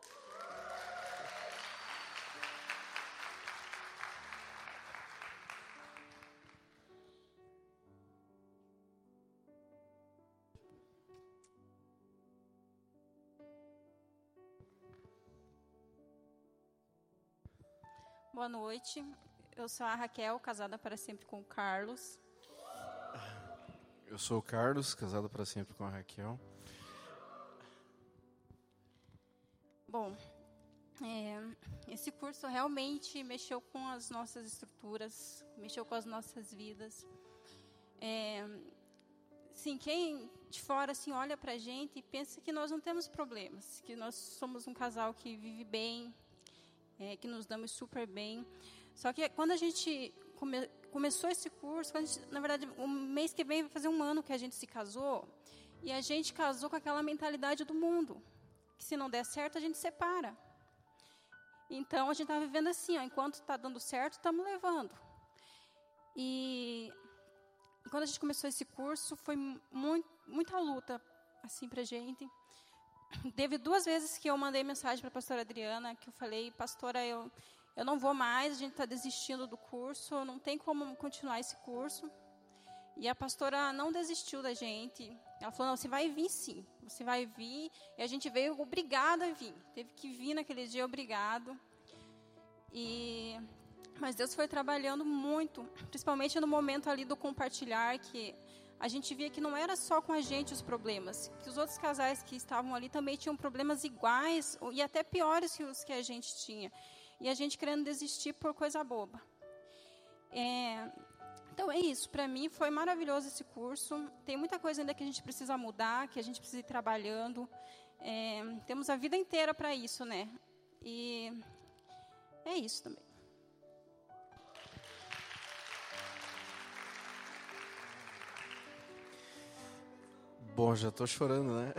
Boa noite, eu sou a Raquel, casada para sempre com o Carlos. Eu sou o Carlos, casado para sempre com a Raquel. Bom, é, esse curso realmente mexeu com as nossas estruturas, mexeu com as nossas vidas. É, sim, quem de fora assim, olha para a gente e pensa que nós não temos problemas, que nós somos um casal que vive bem, É, que nos damos super bem. Só que quando a gente come, começou esse curso, a gente, na verdade, o mês que vem vai fazer um ano que a gente se casou, e a gente casou com aquela mentalidade do mundo, que se não der certo, a gente separa. Então, a gente estava vivendo assim, ó, enquanto está dando certo, estamos levando. E, e quando a gente começou esse curso, foi muito, muita luta assim, para a gente. Teve duas vezes que eu mandei mensagem para a pastora Adriana, que eu falei, pastora, eu, eu não vou mais, a gente está desistindo do curso, não tem como continuar esse curso. E a pastora não desistiu da gente. Ela falou, não, você vai vir sim, você vai vir. E a gente veio obrigada a vir. Teve que vir naquele dia obrigado. E, mas Deus foi trabalhando muito, principalmente no momento ali do compartilhar, que a gente via que não era só com a gente os problemas, que os outros casais que estavam ali também tinham problemas iguais e até piores que os que a gente tinha. E a gente querendo desistir por coisa boba. É, então é isso, para mim foi maravilhoso esse curso. Tem muita coisa ainda que a gente precisa mudar, que a gente precisa ir trabalhando. É, temos a vida inteira para isso, né? E é isso também. Bom, já estou chorando, né?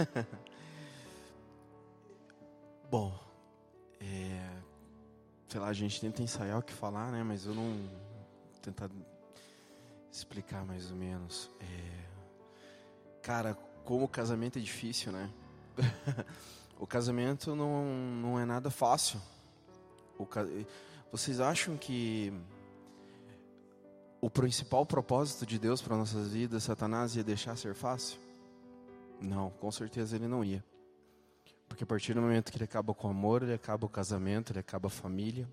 Bom, é, sei lá, a gente tenta ensaiar o que falar, né? Mas eu não vou tentar explicar mais ou menos. É, cara, como o casamento é difícil, né? O casamento não, não é nada fácil. O, vocês acham que o principal propósito de Deus para nossas vidas, Satanás ia deixar ser fácil? Não, com certeza ele não ia. Porque a partir do momento que ele acaba com o amor, ele acaba o casamento, ele acaba a família.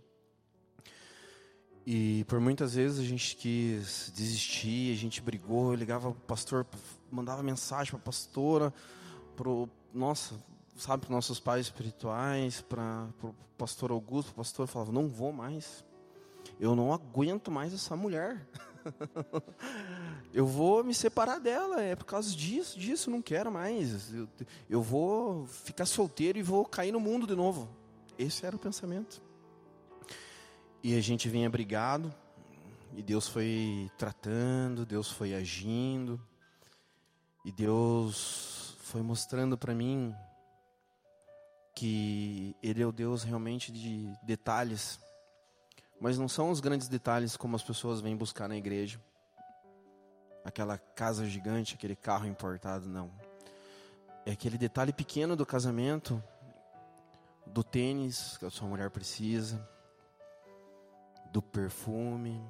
E por muitas vezes a gente quis desistir, a gente brigou, eu ligava para o pastor, mandava mensagem para a pastora, pro, nossa, sabe, para nossos pais espirituais, para o pastor Augusto, o pastor falava, não vou mais. Eu não aguento mais essa mulher. Eu vou me separar dela. É por causa disso, disso, não quero mais. Eu, eu vou ficar solteiro e vou cair no mundo de novo. Esse era o pensamento. E a gente vinha brigado. E Deus foi tratando, Deus foi agindo. E Deus foi mostrando para mim que Ele é o Deus realmente de detalhes. Mas não são os grandes detalhes como as pessoas vêm buscar na igreja. aquela casa gigante, aquele carro importado, não. É aquele detalhe pequeno do casamento, do tênis que a sua mulher precisa, do perfume,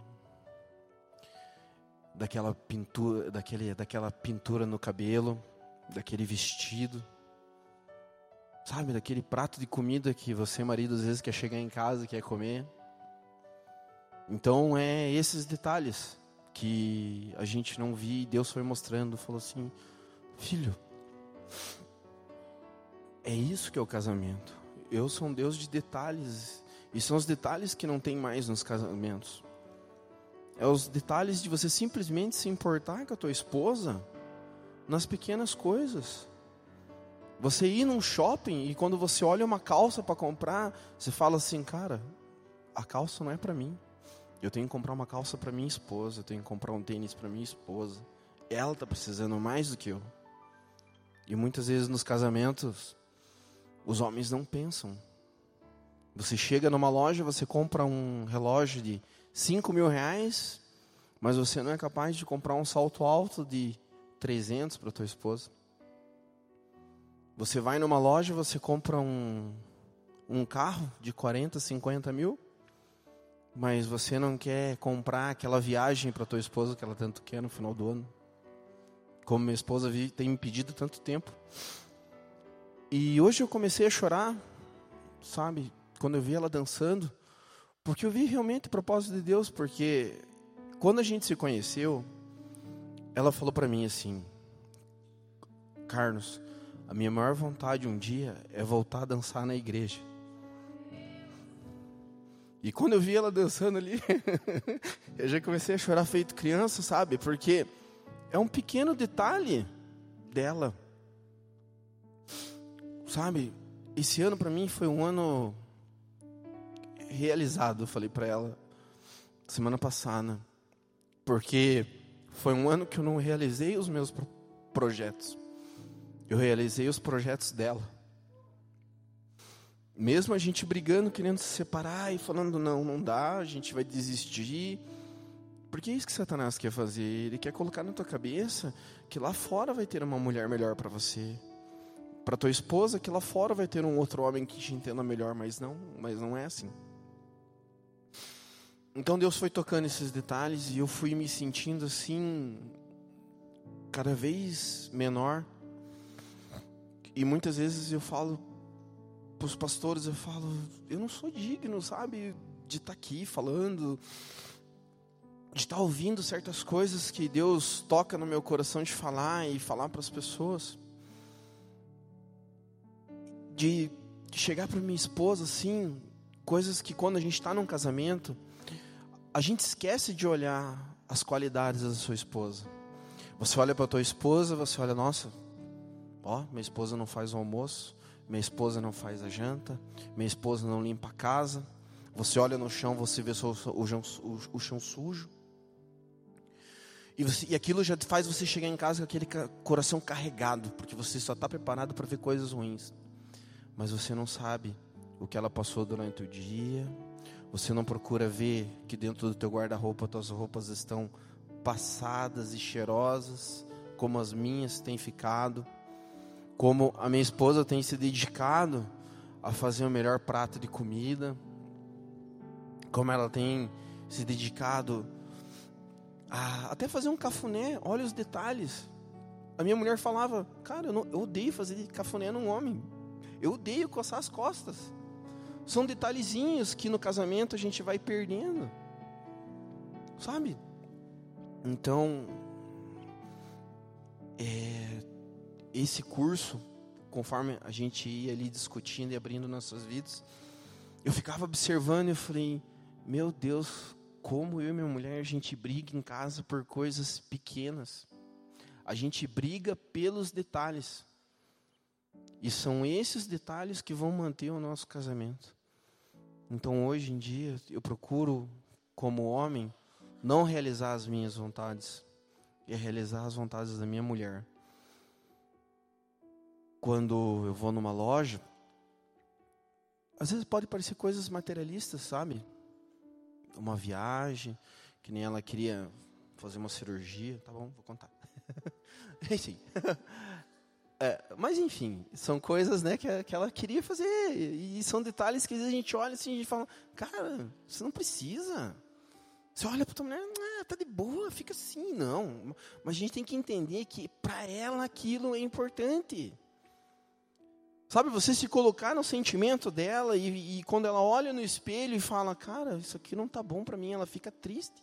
daquela pintura, daquele, daquela pintura no cabelo, daquele vestido, sabe, daquele prato de comida que você, marido, às vezes quer chegar em casa e quer comer. Então é esses detalhes que a gente não via e Deus foi mostrando, falou assim, filho, é isso que é o casamento. Eu sou um Deus de detalhes, e são os detalhes que não tem mais nos casamentos. É os detalhes de você simplesmente se importar com a tua esposa nas pequenas coisas. Você ir num shopping e quando você olha uma calça para comprar, você fala assim, cara, a calça não é para mim. Eu tenho que comprar uma calça para minha esposa, eu tenho que comprar um tênis para minha esposa. Ela está precisando mais do que eu. E muitas vezes nos casamentos, os homens não pensam. Você chega numa loja, você compra um relógio de cinco mil reais, mas você não é capaz de comprar um salto alto de trezentos para tua esposa. Você vai numa loja, você compra um, um carro de quarenta, cinquenta mil, mas você não quer comprar aquela viagem para tua esposa que ela tanto quer no final do ano. Como minha esposa tem me pedido tanto tempo. E hoje eu comecei a chorar, sabe, quando eu vi ela dançando, porque eu vi realmente o propósito de Deus, porque quando a gente se conheceu, ela falou para mim assim, Carlos, a minha maior vontade um dia é voltar a dançar na igreja. E quando eu vi ela dançando ali, eu já comecei a chorar feito criança, sabe? Porque é um pequeno detalhe dela. Sabe? Esse ano para mim foi um ano realizado, eu falei para ela semana passada. Porque foi um ano que eu não realizei os meus pro- projetos. Eu realizei os projetos dela. Mesmo a gente brigando, querendo se separar e falando, não, não dá, a gente vai desistir. Porque é isso que Satanás quer fazer. Ele quer colocar na tua cabeça que lá fora vai ter uma mulher melhor para você. Para tua esposa, que lá fora vai ter um outro homem que te entenda melhor. Mas não, mas não é assim. Então Deus foi tocando esses detalhes e eu fui me sentindo assim, cada vez menor. E muitas vezes eu falo para os pastores, eu falo, eu não sou digno, sabe, de estar aqui falando, de estar ouvindo certas coisas que Deus toca no meu coração de falar e falar para as pessoas. De, de chegar para minha esposa, assim, coisas que quando a gente está num casamento, a gente esquece de olhar as qualidades da sua esposa. Você olha para a tua esposa, você olha, nossa, ó, minha esposa não faz o almoço, minha esposa não faz a janta, minha esposa não limpa a casa. Você olha no chão, você vê o, o, o, o chão sujo. E, você, e aquilo já faz você chegar em casa com aquele coração carregado, porque você só está preparado para ver coisas ruins. Mas você não sabe o que ela passou durante o dia. Você não procura ver que dentro do teu guarda-roupa tuas roupas estão passadas e cheirosas, como as minhas têm ficado. Como a minha esposa tem se dedicado a fazer o melhor prato de comida. Como ela tem se dedicado a até fazer um cafuné. Olha os detalhes. A minha mulher falava, cara, eu, não, eu odeio fazer cafuné num homem. Eu odeio coçar as costas. São detalhezinhos que no casamento a gente vai perdendo. Sabe? Então, é, esse curso, conforme a gente ia ali discutindo e abrindo nossas vidas, eu ficava observando e eu falei, meu Deus, como eu e minha mulher, a gente briga em casa por coisas pequenas. A gente briga pelos detalhes. E são esses detalhes que vão manter o nosso casamento. Então hoje em dia eu procuro, como homem, não realizar as minhas vontades, e realizar as vontades da minha mulher. Quando eu vou numa loja, às vezes pode parecer coisas materialistas, sabe? Uma viagem, que nem ela queria fazer uma cirurgia, tá bom, vou contar. Enfim. É, mas enfim, são coisas, né, que, que ela queria fazer, e são detalhes que às vezes a gente olha assim, a gente fala, cara, você não precisa. Você olha para tua mulher, ah, tá de boa, fica assim, não. Mas a gente tem que entender que para ela aquilo é importante. Sabe, você se colocar no sentimento dela e, e quando ela olha no espelho e fala, cara, isso aqui não tá bom para mim, ela fica triste.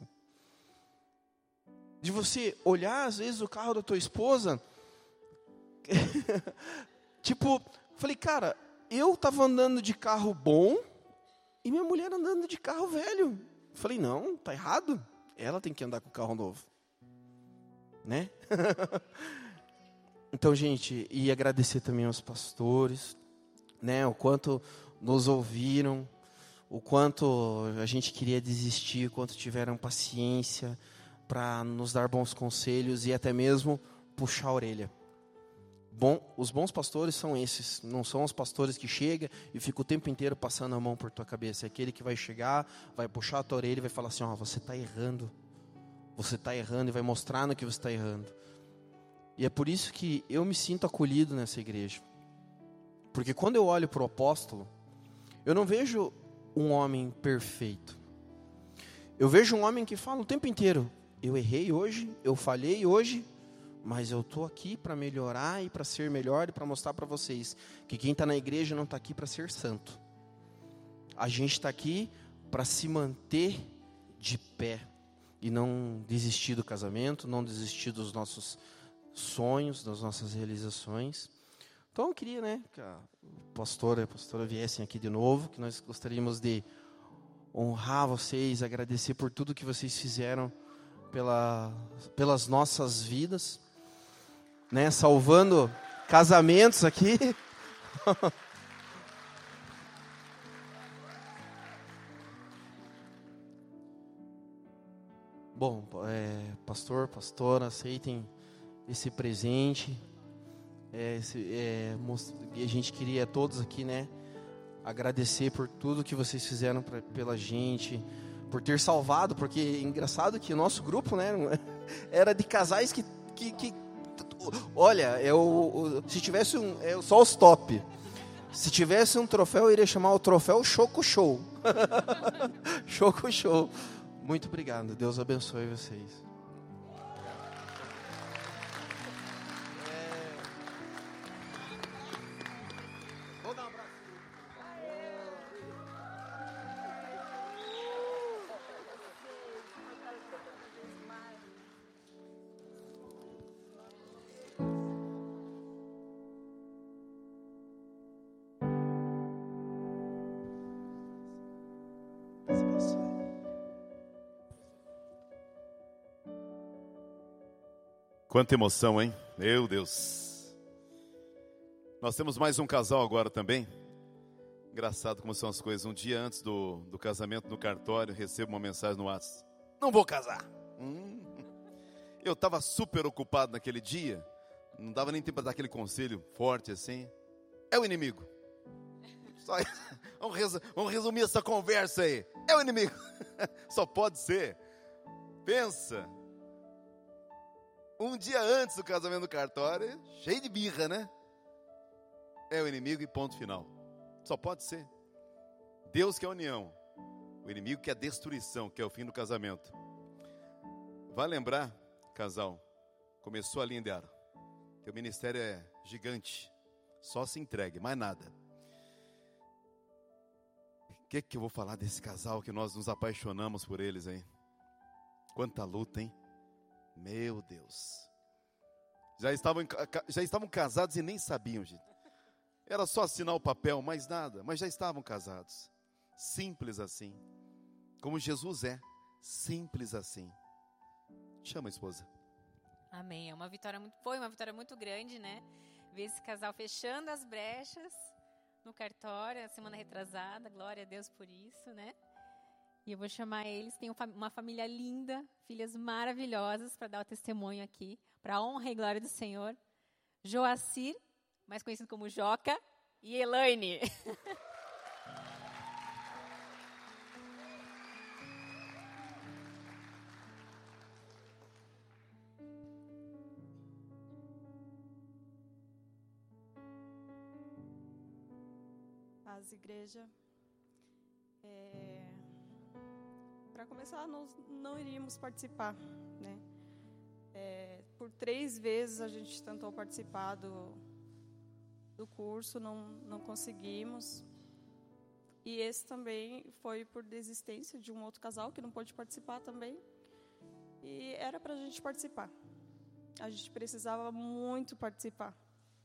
De você olhar, às vezes, o carro da tua esposa, tipo, falei, cara, eu tava andando de carro bom e minha mulher andando de carro velho. Falei, não, tá errado. Ela tem que andar com carro novo. Né? Então, gente, e agradecer também aos pastores, né, o quanto nos ouviram, o quanto a gente queria desistir, o quanto tiveram paciência para nos dar bons conselhos e até mesmo puxar a orelha. Bom, os bons pastores são esses, não são os pastores que chegam e ficam o tempo inteiro passando a mão por tua cabeça. É aquele que vai chegar, vai puxar a tua orelha e vai falar assim, ó, você está errando, você está errando, e vai mostrar no que você está errando. E é por isso que eu me sinto acolhido nessa igreja. Porque quando eu olho para o apóstolo, eu não vejo um homem perfeito. Eu vejo um homem que fala o tempo inteiro, eu errei hoje, eu falhei hoje, mas eu estou aqui para melhorar e para ser melhor e para mostrar para vocês que quem está na igreja não está aqui para ser santo. A gente está aqui para se manter de pé e não desistir do casamento, não desistir dos nossos sonhos, das nossas realizações. Então eu queria, né, que a pastora e a pastora viessem aqui de novo, que nós gostaríamos de honrar vocês, agradecer por tudo que vocês fizeram pela, pelas nossas vidas, né, salvando casamentos aqui. Bom, é, pastor, pastora, aceitem esse presente. É, esse, é, a gente queria todos aqui, né, agradecer por tudo que vocês fizeram pra, pela gente, por ter salvado, porque é engraçado que o nosso grupo, né, era de casais que, que, que olha, é o, o, se tivesse um, é só os top. Se tivesse um troféu, eu iria chamar o troféu Choco Show. Choco Show. Muito obrigado. Deus abençoe vocês. Quanta emoção, hein? Meu Deus. Nós temos mais um casal agora também. Engraçado como são as coisas. Um dia antes do, do casamento no cartório, recebo uma mensagem no WhatsApp. Não vou casar. Hum. Eu estava super ocupado naquele dia. Não dava nem tempo para dar aquele conselho forte assim. É o inimigo. Só, vamos, res, vamos resumir essa conversa aí. É o inimigo. Só pode ser. Pensa. Um dia antes do casamento do cartório, cheio de birra, né? É o inimigo e ponto final. Só pode ser. Deus que é a união. O inimigo que é a destruição, que é o fim do casamento. Vai lembrar, casal, começou ali em Deara. Teu ministério é gigante. Só se entregue, mais nada. O que que eu vou falar desse casal que nós nos apaixonamos por eles, hein? Quanta luta, hein? Meu Deus. Já estavam, já estavam casados e nem sabiam, gente. Era só assinar o papel, mais nada. Mas já estavam casados. Simples assim. Como Jesus é. Simples assim. Chama a esposa. Amém. É uma vitória muito, foi uma vitória muito grande, né? Ver esse casal fechando as brechas no cartório, a semana retrasada. Glória a Deus por isso, né? E eu vou chamar eles, tem uma família linda, filhas maravilhosas, para dar o testemunho aqui, para a honra e glória do Senhor. Joacir, mais conhecido como Joca, e Elaine. Paz, igreja. É, para começar, nós não iríamos participar, né? É, por três vezes a gente tentou participar do, do curso, não, não conseguimos. E esse também foi por desistência de um outro casal que não pôde participar também. E era para a gente participar. A gente precisava muito participar.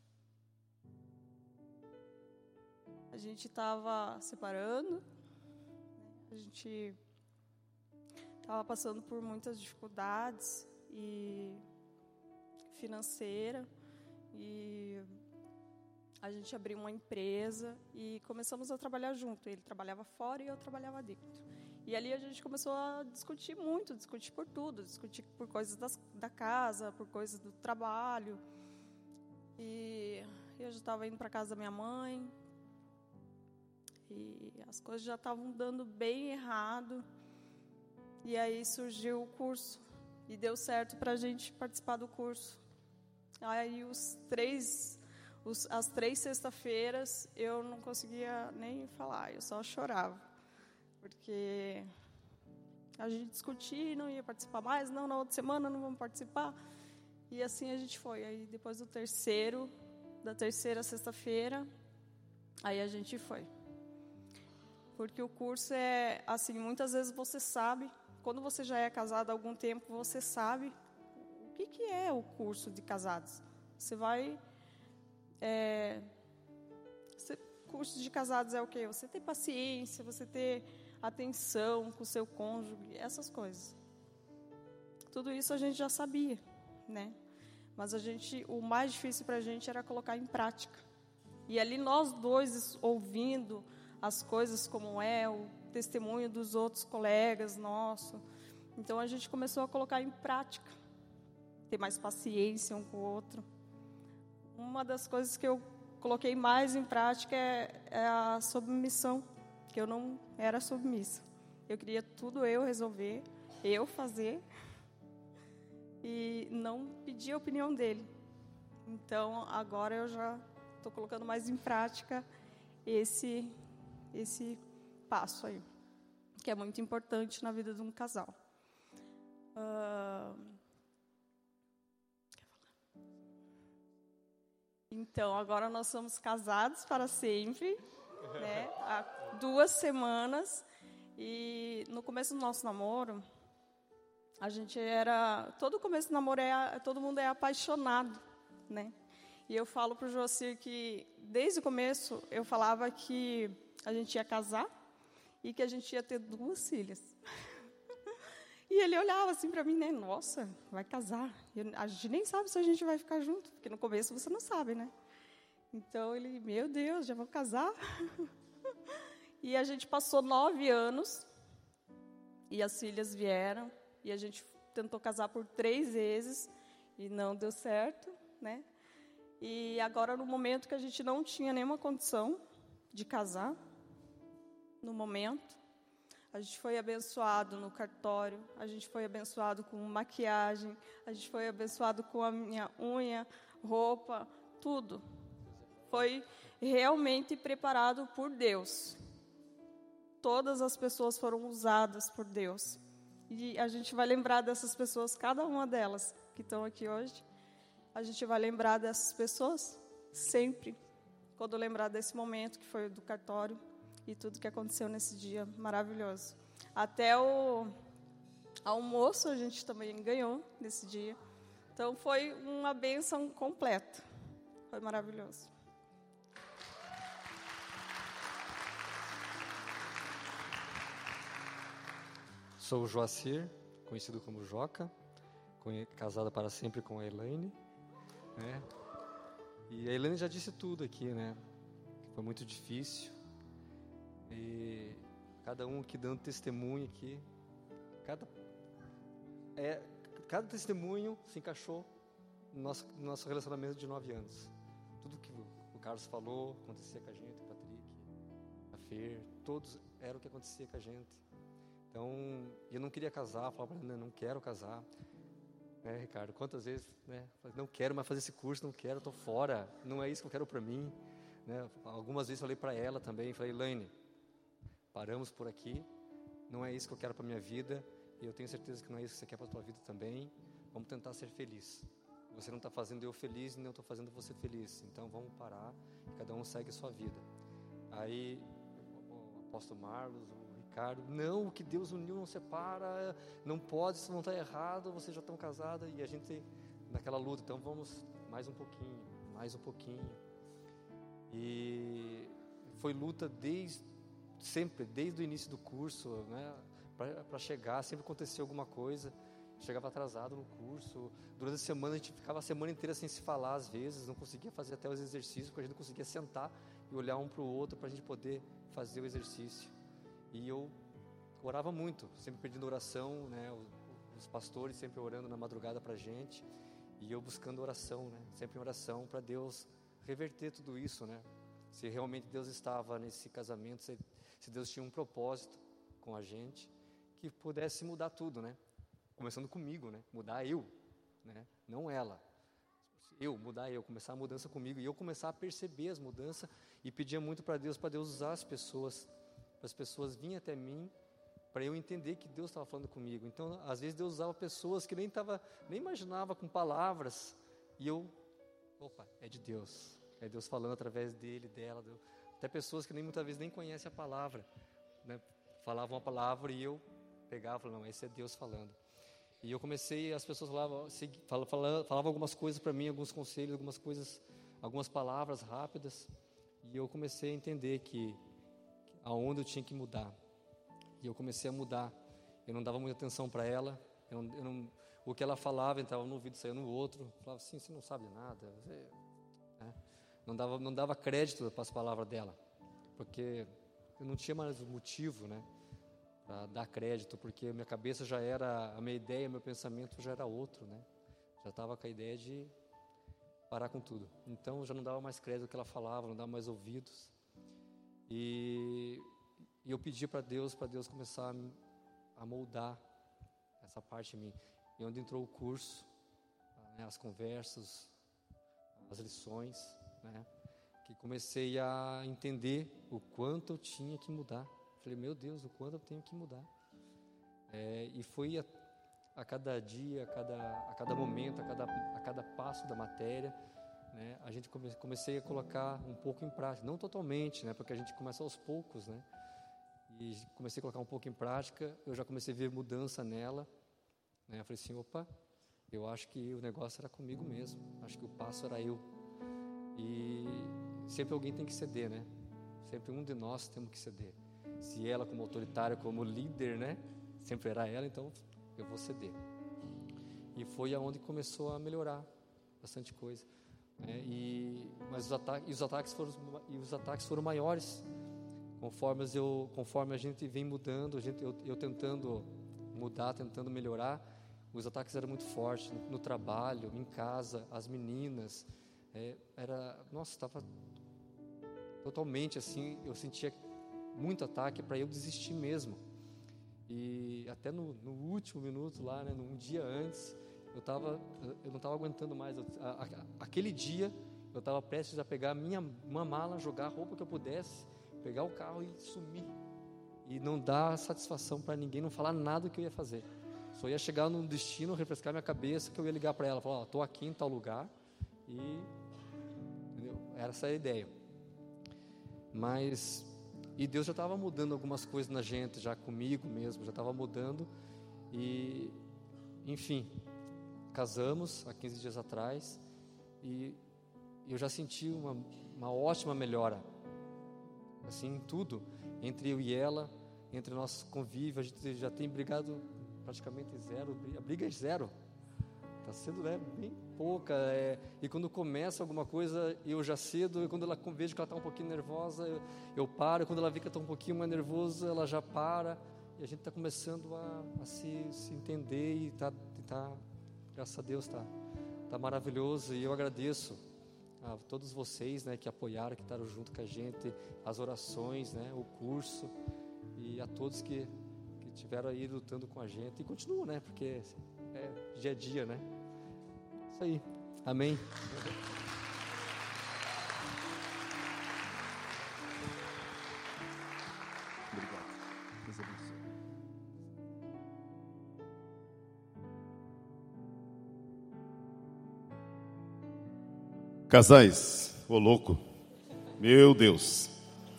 A gente estava separando, a gente estava passando por muitas dificuldades e financeira, e a gente abriu uma empresa e começamos a trabalhar junto. Ele trabalhava fora e eu trabalhava dentro. E ali a gente começou a discutir muito, discutir por tudo, discutir por coisas das, da casa, por coisas do trabalho. E eu já estava indo para casa da minha mãe, e as coisas já estavam dando bem errado. E aí surgiu o curso, e deu certo para a gente participar do curso. Aí os três, os, as três sexta-feiras eu não conseguia nem falar, eu só chorava. Porque a gente discutia e não ia participar mais, não, na outra semana não vamos participar. E assim a gente foi. Aí depois do terceiro, da terceira sexta-feira, aí a gente foi. Porque o curso é, assim, muitas vezes você sabe, quando você já é casado há algum tempo, você sabe o que, que é o curso de casados. Você vai... É, você, curso de casados é o quê? Você ter paciência, você ter atenção com o seu cônjuge, essas coisas. Tudo isso a gente já sabia, né? Mas a gente, o mais difícil para a gente era colocar em prática. E ali nós dois ouvindo as coisas como é, o testemunho dos outros colegas nossos. Então a gente começou a colocar em prática, ter mais paciência um com o outro. Uma das coisas que eu coloquei mais em prática é, é a submissão, que eu não era submissa. Eu queria tudo eu resolver, eu fazer, e não pedir a opinião dele. Então agora eu já estou colocando mais em prática esse esse passo aí, que é muito importante na vida de um casal. Uh... Então, agora nós somos casados para sempre, né? Há duas semanas, e no começo do nosso namoro, a gente era... Todo começo do namoro, é, todo mundo é apaixonado, né? E eu falo para o Joacir que, desde o começo, eu falava que a gente ia casar e que a gente ia ter duas filhas. E ele olhava assim para mim, né? Nossa, vai casar. E a gente nem sabe se a gente vai ficar junto, porque no começo você não sabe, né? Então ele, meu Deus, já vou casar? E a gente passou nove anos e as filhas vieram e a gente tentou casar por três vezes e não deu certo, né? E agora, no momento que a gente não tinha nenhuma condição de casar, no momento, a gente foi abençoado no cartório, a gente foi abençoado com maquiagem, a gente foi abençoado com a minha unha, roupa, tudo. Foi realmente preparado por Deus. Todas as pessoas foram usadas por Deus. E a gente vai lembrar dessas pessoas, cada uma delas que estão aqui hoje. A gente vai lembrar dessas pessoas sempre, quando lembrar desse momento que foi do cartório e tudo que aconteceu nesse dia maravilhoso. Até o almoço a gente também ganhou nesse dia. Então foi uma bênção completa. Foi maravilhoso. Sou o Joacir, conhecido como Joca, casada para sempre com a Elaine, né? E a Elaine já disse tudo aqui, né? Foi muito difícil. E cada um aqui dando testemunho aqui, cada, é, cada testemunho se encaixou no nosso, no nosso relacionamento de nove anos. Tudo que o Carlos falou acontecia com a gente, o Patrick, a Fer, todos era o que acontecia com a gente. Então, eu não queria casar, falava para ele, não quero casar. Né, Ricardo? Quantas vezes, né? Não quero mais fazer esse curso, não quero, estou fora, não é isso que eu quero para mim. né? Algumas vezes falei para ela também, falei, Elaine, paramos por aqui, não é isso que eu quero para minha vida, e eu tenho certeza que não é isso que você quer para a tua vida também, vamos tentar ser feliz. Você não está fazendo eu feliz, nem eu estou fazendo você feliz, então vamos parar, cada um segue a sua vida. Aí, o apóstolo Marlos, o Ricardo, não, o que Deus uniu não separa, não pode, isso não está errado, vocês já estão casados, e a gente naquela luta, então vamos mais um pouquinho, mais um pouquinho. E foi luta desde, sempre, desde o início do curso, né, para chegar, sempre acontecia alguma coisa, chegava atrasado no curso, durante a semana a gente ficava a semana inteira sem se falar às vezes, não conseguia fazer até os exercícios, porque a gente não conseguia sentar e olhar um para o outro para a gente poder fazer o exercício. E eu orava muito, sempre pedindo oração, né, os, os pastores sempre orando na madrugada para a gente, e eu buscando oração, né, sempre em oração para Deus reverter tudo isso, né, se realmente Deus estava nesse casamento, se, se Deus tinha um propósito com a gente, que pudesse mudar tudo, né, começando comigo, né, mudar eu, né, não ela, eu, mudar eu, começar a mudança comigo, e eu começar a perceber as mudanças, e pedia muito para Deus, para Deus usar as pessoas, para as pessoas virem até mim, para eu entender que Deus estava falando comigo. Então, às vezes Deus usava pessoas que nem tava, nem imaginava com palavras, e eu, opa, é de Deus, é Deus falando através dele, dela, Deus. Até pessoas que nem muitas vezes nem conhecem a palavra, né, falavam a palavra e eu pegava e falava, não, esse é Deus falando. E eu comecei, as pessoas falavam, falavam, falavam algumas coisas para mim, alguns conselhos, algumas coisas, algumas palavras rápidas, e eu comecei a entender que aonde eu tinha que mudar. E eu comecei a mudar. Eu não dava muita atenção para ela. Eu não, eu não, o que ela falava entrava no ouvido, saía no outro. Eu falava assim, você não sabe nada. Você, né? Não dava, não dava crédito para as palavras dela, porque eu não tinha mais motivo, né, para dar crédito, porque minha cabeça já era, a minha ideia, meu pensamento já era outro, né? Já estava com a ideia de parar com tudo. Então eu já não dava mais crédito ao que ela falava, não dava mais ouvidos. E, e eu pedi para Deus, para Deus começar a, a moldar essa parte em mim. E onde entrou o curso, né, as conversas, as lições, né, que comecei a entender o quanto eu tinha que mudar. Falei, meu Deus, o quanto eu tenho que mudar. É, e foi a, a cada dia, a cada, a cada momento, a cada, a cada passo da matéria, né, a gente come, comecei a colocar um pouco em prática, não totalmente, né, porque a gente começa aos poucos, né, e comecei a colocar um pouco em prática. Eu já comecei a ver mudança nela, né, eu falei assim, opa, eu acho que o negócio era comigo mesmo, acho que o passo era eu, e sempre alguém tem que ceder, né, sempre um de nós temos que ceder. Se ela como autoritária, como líder, né, sempre era ela, então eu vou ceder. E foi aonde começou a melhorar bastante coisa. É, e, mas os ataques, e os ataques foram, e os ataques foram maiores, conforme, eu, conforme a gente vem mudando, a gente, eu, eu tentando mudar, tentando melhorar, os ataques eram muito fortes, no, no trabalho, em casa, as meninas, é, era, nossa, estava totalmente assim, eu sentia muito ataque para eu desistir mesmo, e até no, no último minuto lá, né, um dia antes, eu, tava, eu não estava aguentando mais. Eu, a, a, aquele dia, eu estava prestes a pegar a minha, uma mala, jogar a roupa que eu pudesse, pegar o carro e sumir. E não dar satisfação para ninguém, não falar nada do que eu ia fazer. Só ia chegar num destino, refrescar minha cabeça, que eu ia ligar para ela, falar, estou aqui em tal lugar. E, entendeu? Essa é a ideia. Mas, e Deus já estava mudando algumas coisas na gente, já comigo mesmo, já estava mudando. E, enfim... Casamos há quinze dias atrás e eu já senti uma, uma ótima melhora, assim, em tudo, entre eu e ela, entre nosso convívio. A gente já tem brigado praticamente zero, a briga é zero, está sendo, né, bem pouca, é, e quando começa alguma coisa, eu já cedo, e quando ela vejo que ela está um pouquinho nervosa, eu, eu paro, e quando ela vê que eu estou um pouquinho mais nervoso, ela já para, e a gente está começando a, a se, se entender e está... Tá, graças a Deus está tá maravilhoso, e eu agradeço a todos vocês, né, que apoiaram, que estavam junto com a gente, as orações, né, o curso, e a todos que, que tiveram aí lutando com a gente e continuam, né, porque é dia a dia, né, isso aí, amém. Casais, ô louco, meu Deus.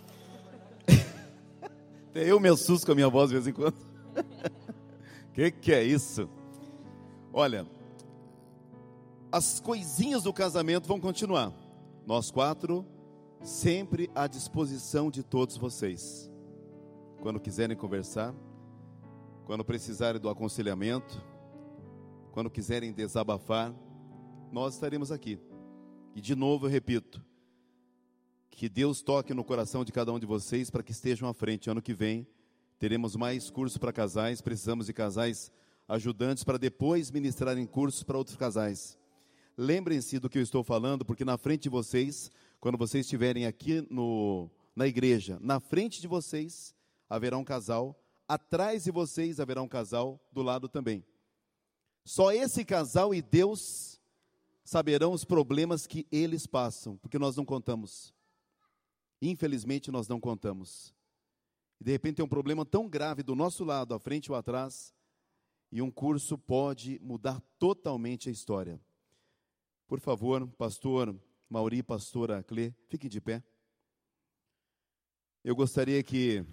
Até eu me assusto com a minha voz de vez em quando. Que que é isso? Olha, as coisinhas do casamento vão continuar. Nós quatro, sempre à disposição de todos vocês. Quando quiserem conversar, quando precisarem do aconselhamento, quando quiserem desabafar, nós estaremos aqui. E de novo eu repito, que Deus toque no coração de cada um de vocês para que estejam à frente. Ano que vem teremos mais cursos para casais, precisamos de casais ajudantes para depois ministrarem cursos para outros casais. Lembrem-se do que eu estou falando, porque na frente de vocês, quando vocês estiverem aqui no, na igreja, na frente de vocês haverá um casal, atrás de vocês haverá um casal, do lado também. Só esse casal e Deus saberão os problemas que eles passam, porque nós não contamos. Infelizmente nós não contamos. E de repente tem um problema tão grave do nosso lado, à frente ou atrás, e um curso pode mudar totalmente a história. Por favor, pastor Mauri, pastora Clê, fiquem de pé. Eu gostaria que...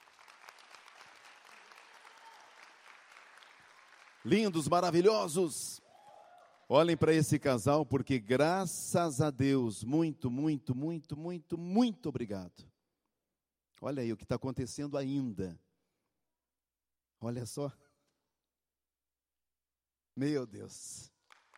Lindos, maravilhosos, olhem para esse casal, porque graças a Deus, muito, muito, muito, muito, muito obrigado. Olha aí o que está acontecendo ainda. Olha só. Meu Deus.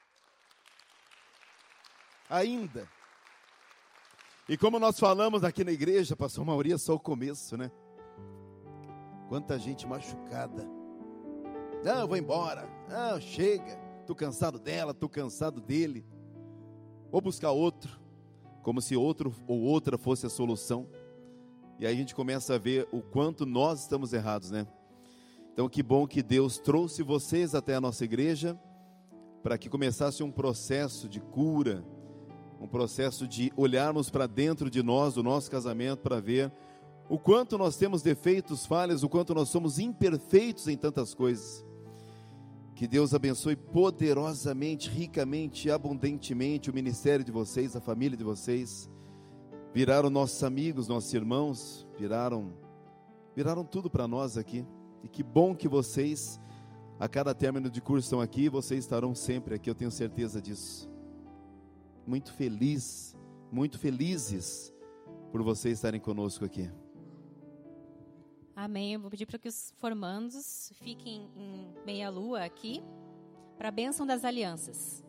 Ainda. E como nós falamos aqui na igreja, pastor Mauri, é só o começo, né? Quanta gente machucada. Não, eu vou embora. Não, chega. Estou cansado dela, estou cansado dele. Vou buscar outro. Como se outro ou outra fosse a solução. E aí a gente começa a ver o quanto nós estamos errados, né? Então que bom que Deus trouxe vocês até a nossa igreja para que começasse um processo de cura, um processo de olharmos para dentro de nós, do nosso casamento, para ver o quanto nós temos defeitos, falhas, o quanto nós somos imperfeitos em tantas coisas. Que Deus abençoe poderosamente, ricamente, abundantemente o ministério de vocês, a família de vocês. Viraram nossos amigos, nossos irmãos, viraram, viraram tudo para nós aqui. E que bom que vocês, a cada término de curso estão aqui, vocês estarão sempre aqui, eu tenho certeza disso. Muito feliz, muito felizes por vocês estarem conosco aqui. Amém. Eu vou pedir para que os formandos fiquem em meia-lua aqui, para a bênção das alianças.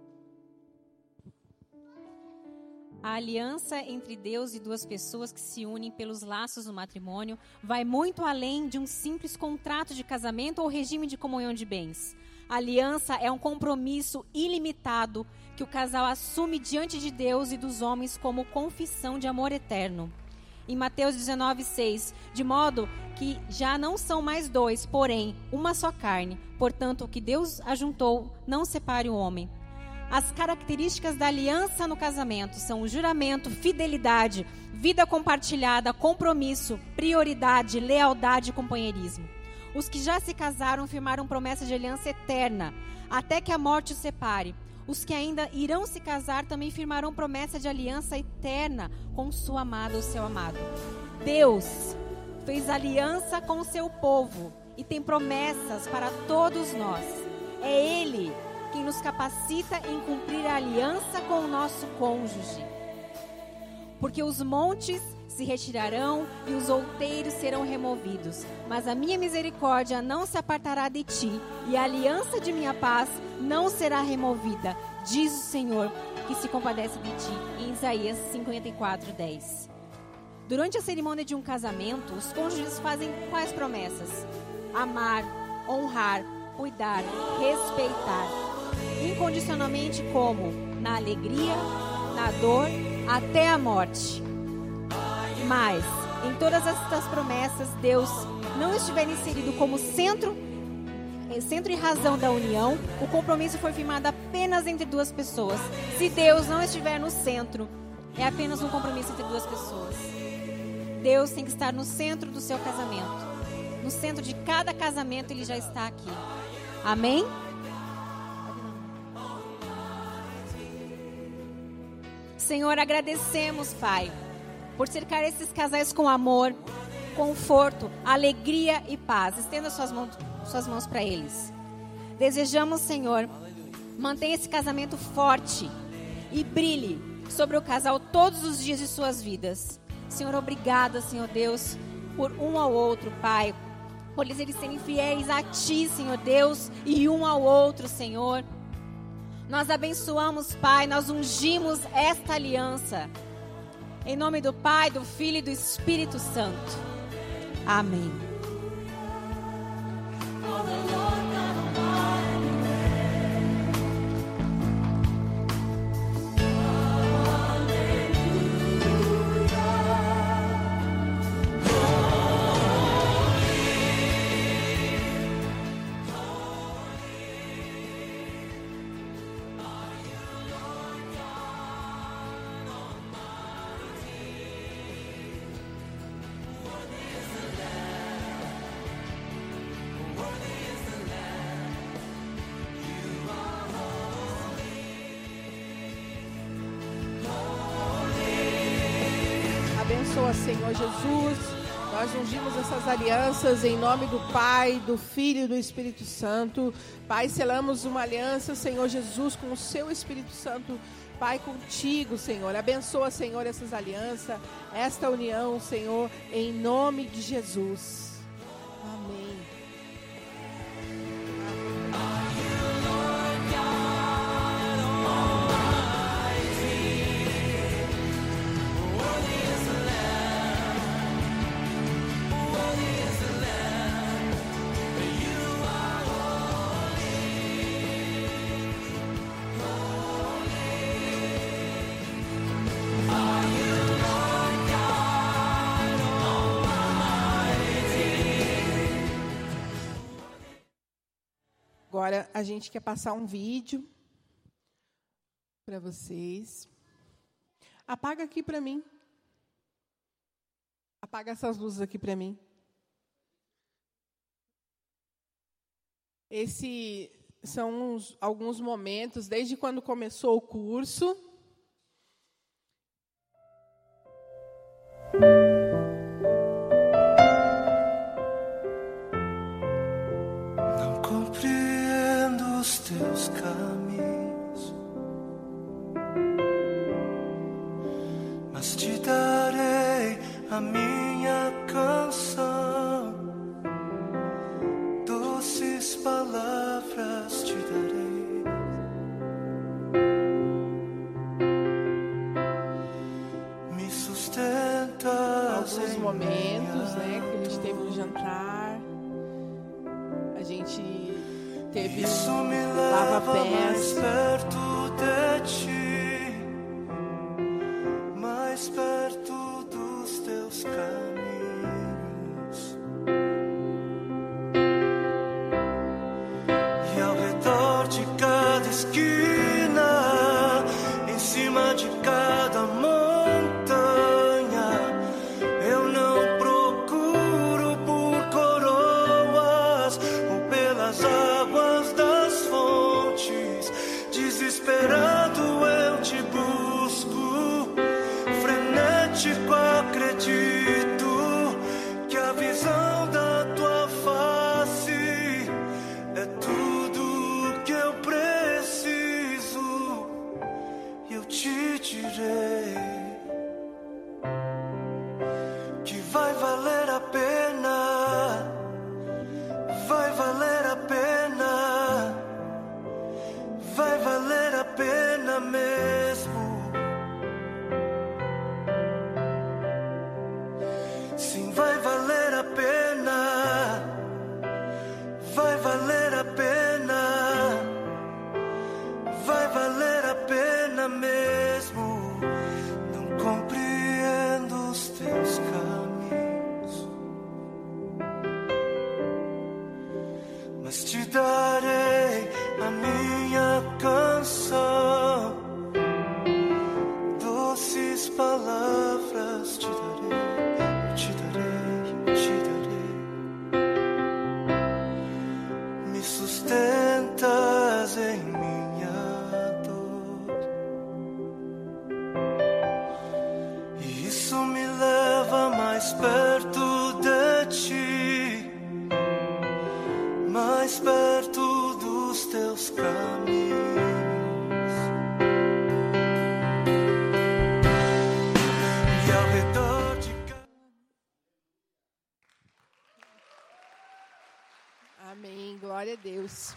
A aliança entre Deus e duas pessoas que se unem pelos laços do matrimônio vai muito além de um simples contrato de casamento ou regime de comunhão de bens. A aliança é um compromisso ilimitado que o casal assume diante de Deus e dos homens como confissão de amor eterno. Em Mateus dezenove, seis, de modo que já não são mais dois, porém uma só carne. Portanto, o que Deus ajuntou, não separe o homem. As características da aliança no casamento são juramento, fidelidade, vida compartilhada, compromisso, prioridade, lealdade e companheirismo. Os que já se casaram firmaram promessa de aliança eterna, até que a morte os separe. Os que ainda irão se casar também firmarão promessa de aliança eterna com sua amada ou seu amado. Deus fez aliança com o seu povo e tem promessas para todos nós. É Ele quem nos capacita em cumprir a aliança com o nosso cônjuge. Porque os montes se retirarão e os outeiros serão removidos, mas a minha misericórdia não se apartará de ti, e a aliança de minha paz não será removida, diz o Senhor, que se compadece de ti, em Isaías cinquenta e quatro, dez. Durante a cerimônia de um casamento, os cônjuges fazem quais promessas? Amar, honrar, cuidar, respeitar, incondicionalmente, como na alegria, na dor, até a morte. Mas, em todas estas promessas, Deus não estiver inserido como centro, centro e razão da união, o compromisso foi firmado apenas entre duas pessoas. Se Deus não estiver no centro, é apenas um compromisso entre duas pessoas. Deus tem que estar no centro do seu casamento. No centro de cada casamento, Ele já está aqui. Amém? Senhor, agradecemos, Pai, por cercar esses casais com amor, conforto, alegria e paz. Estenda suas mãos, suas mãos para eles. Desejamos, Senhor, mantenha esse casamento forte e brilhe sobre o casal todos os dias de suas vidas. Senhor, obrigada, Senhor Deus, por um ao outro, Pai, por eles serem fiéis a Ti, Senhor Deus, e um ao outro, Senhor. Nós abençoamos, Pai, nós ungimos esta aliança. Em nome do Pai, do Filho e do Espírito Santo. Amém. Abençoa, Senhor Jesus. Nós ungimos essas alianças em nome do Pai, do Filho e do Espírito Santo. Pai, selamos uma aliança, Senhor Jesus, com o Seu Espírito Santo. Pai, contigo, Senhor. Abençoa, Senhor, essas alianças, esta união, Senhor, em nome de Jesus. Amém. Agora a gente quer passar um vídeo para vocês. Apaga aqui para mim. Apaga essas luzes aqui para mim. Esses são uns, alguns momentos desde quando começou o curso. Teus caminhos, mas te darei a minha canção, doces palavras te darei. Me sustentas. Alguns momentos, né, que a gente teve no jantar, a gente teve Isso me lava leva pés. mais perto de ti, mais perto dos teus caminhos. E ao redor de cada esquina, em cima de cada montanha, eu não procuro por coroas ou pelas águas das fontes. Desesperado eu te busco, frenético acredito que a visão da tua face é tudo que eu preciso. E eu te direi que vai valer a pena, vai valer a pena, vai valer a pena mesmo. Sim, vai valer a pena, vai valer a pena, vai valer a pena mesmo. Não compreendo os teus caminhos, mas te darei a minha canção, doces palavras te darei, eu te darei, eu te darei. Me sustentas em minha dor. mais perto dos teus caminhos. E ao redor de Amém, glória a Deus.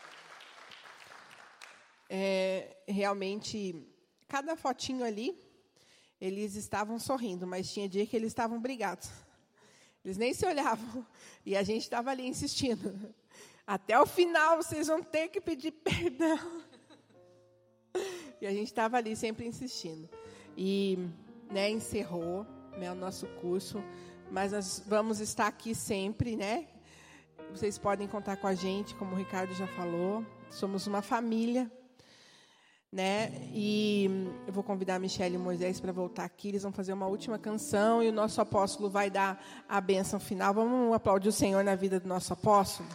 É, realmente, cada fotinho ali, eles estavam sorrindo, mas tinha dia que eles estavam brigados. Eles nem se olhavam, e a gente estava ali insistindo. Até o final, vocês vão ter que pedir perdão. E a gente estava ali sempre insistindo. E né, encerrou né, o nosso curso, mas nós vamos estar aqui sempre, né? Vocês podem contar com a gente, como o Ricardo já falou. Somos uma família, né? E eu vou convidar a Michelle e o Moisés para voltar aqui. Eles vão fazer uma última canção e o nosso apóstolo vai dar a bênção final. Vamos aplaudir o Senhor na vida do nosso apóstolo?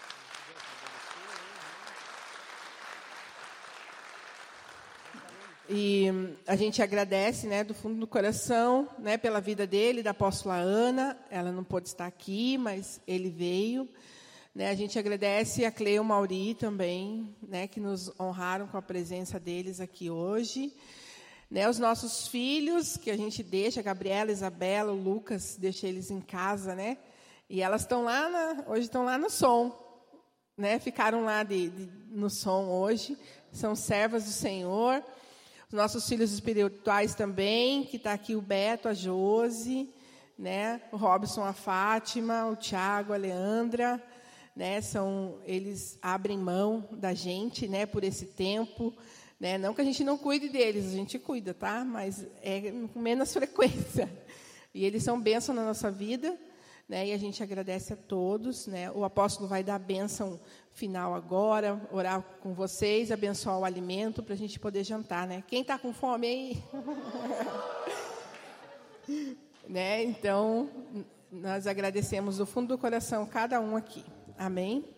E a gente agradece, né, do fundo do coração, né, pela vida dele, da apóstola Ana. Ela não pôde estar aqui, mas ele veio. Né, a gente agradece a Cleo e o Mauri também, né, que nos honraram com a presença deles aqui hoje. Né, os nossos filhos, que a gente deixa, a Gabriela, a Isabela, o Lucas, deixa eles em casa, né? E elas estão lá, na, hoje estão lá no som. Né, ficaram lá de, de, no som hoje. São servas do Senhor. Os nossos filhos espirituais também, que está aqui o Beto, a Josi, né, o Robson, a Fátima, o Tiago, a Leandra, né, são, eles abrem mão da gente, né, por esse tempo, né, não que a gente não cuide deles, a gente cuida, tá? Mas é com menos frequência. E eles são bênção na nossa vida, né, e a gente agradece a todos, né. O apóstolo vai dar a bênção final agora, orar com vocês, abençoar o alimento para a gente poder jantar, né? Quem está com fome aí? Né? Então, nós agradecemos do fundo do coração cada um aqui. Amém?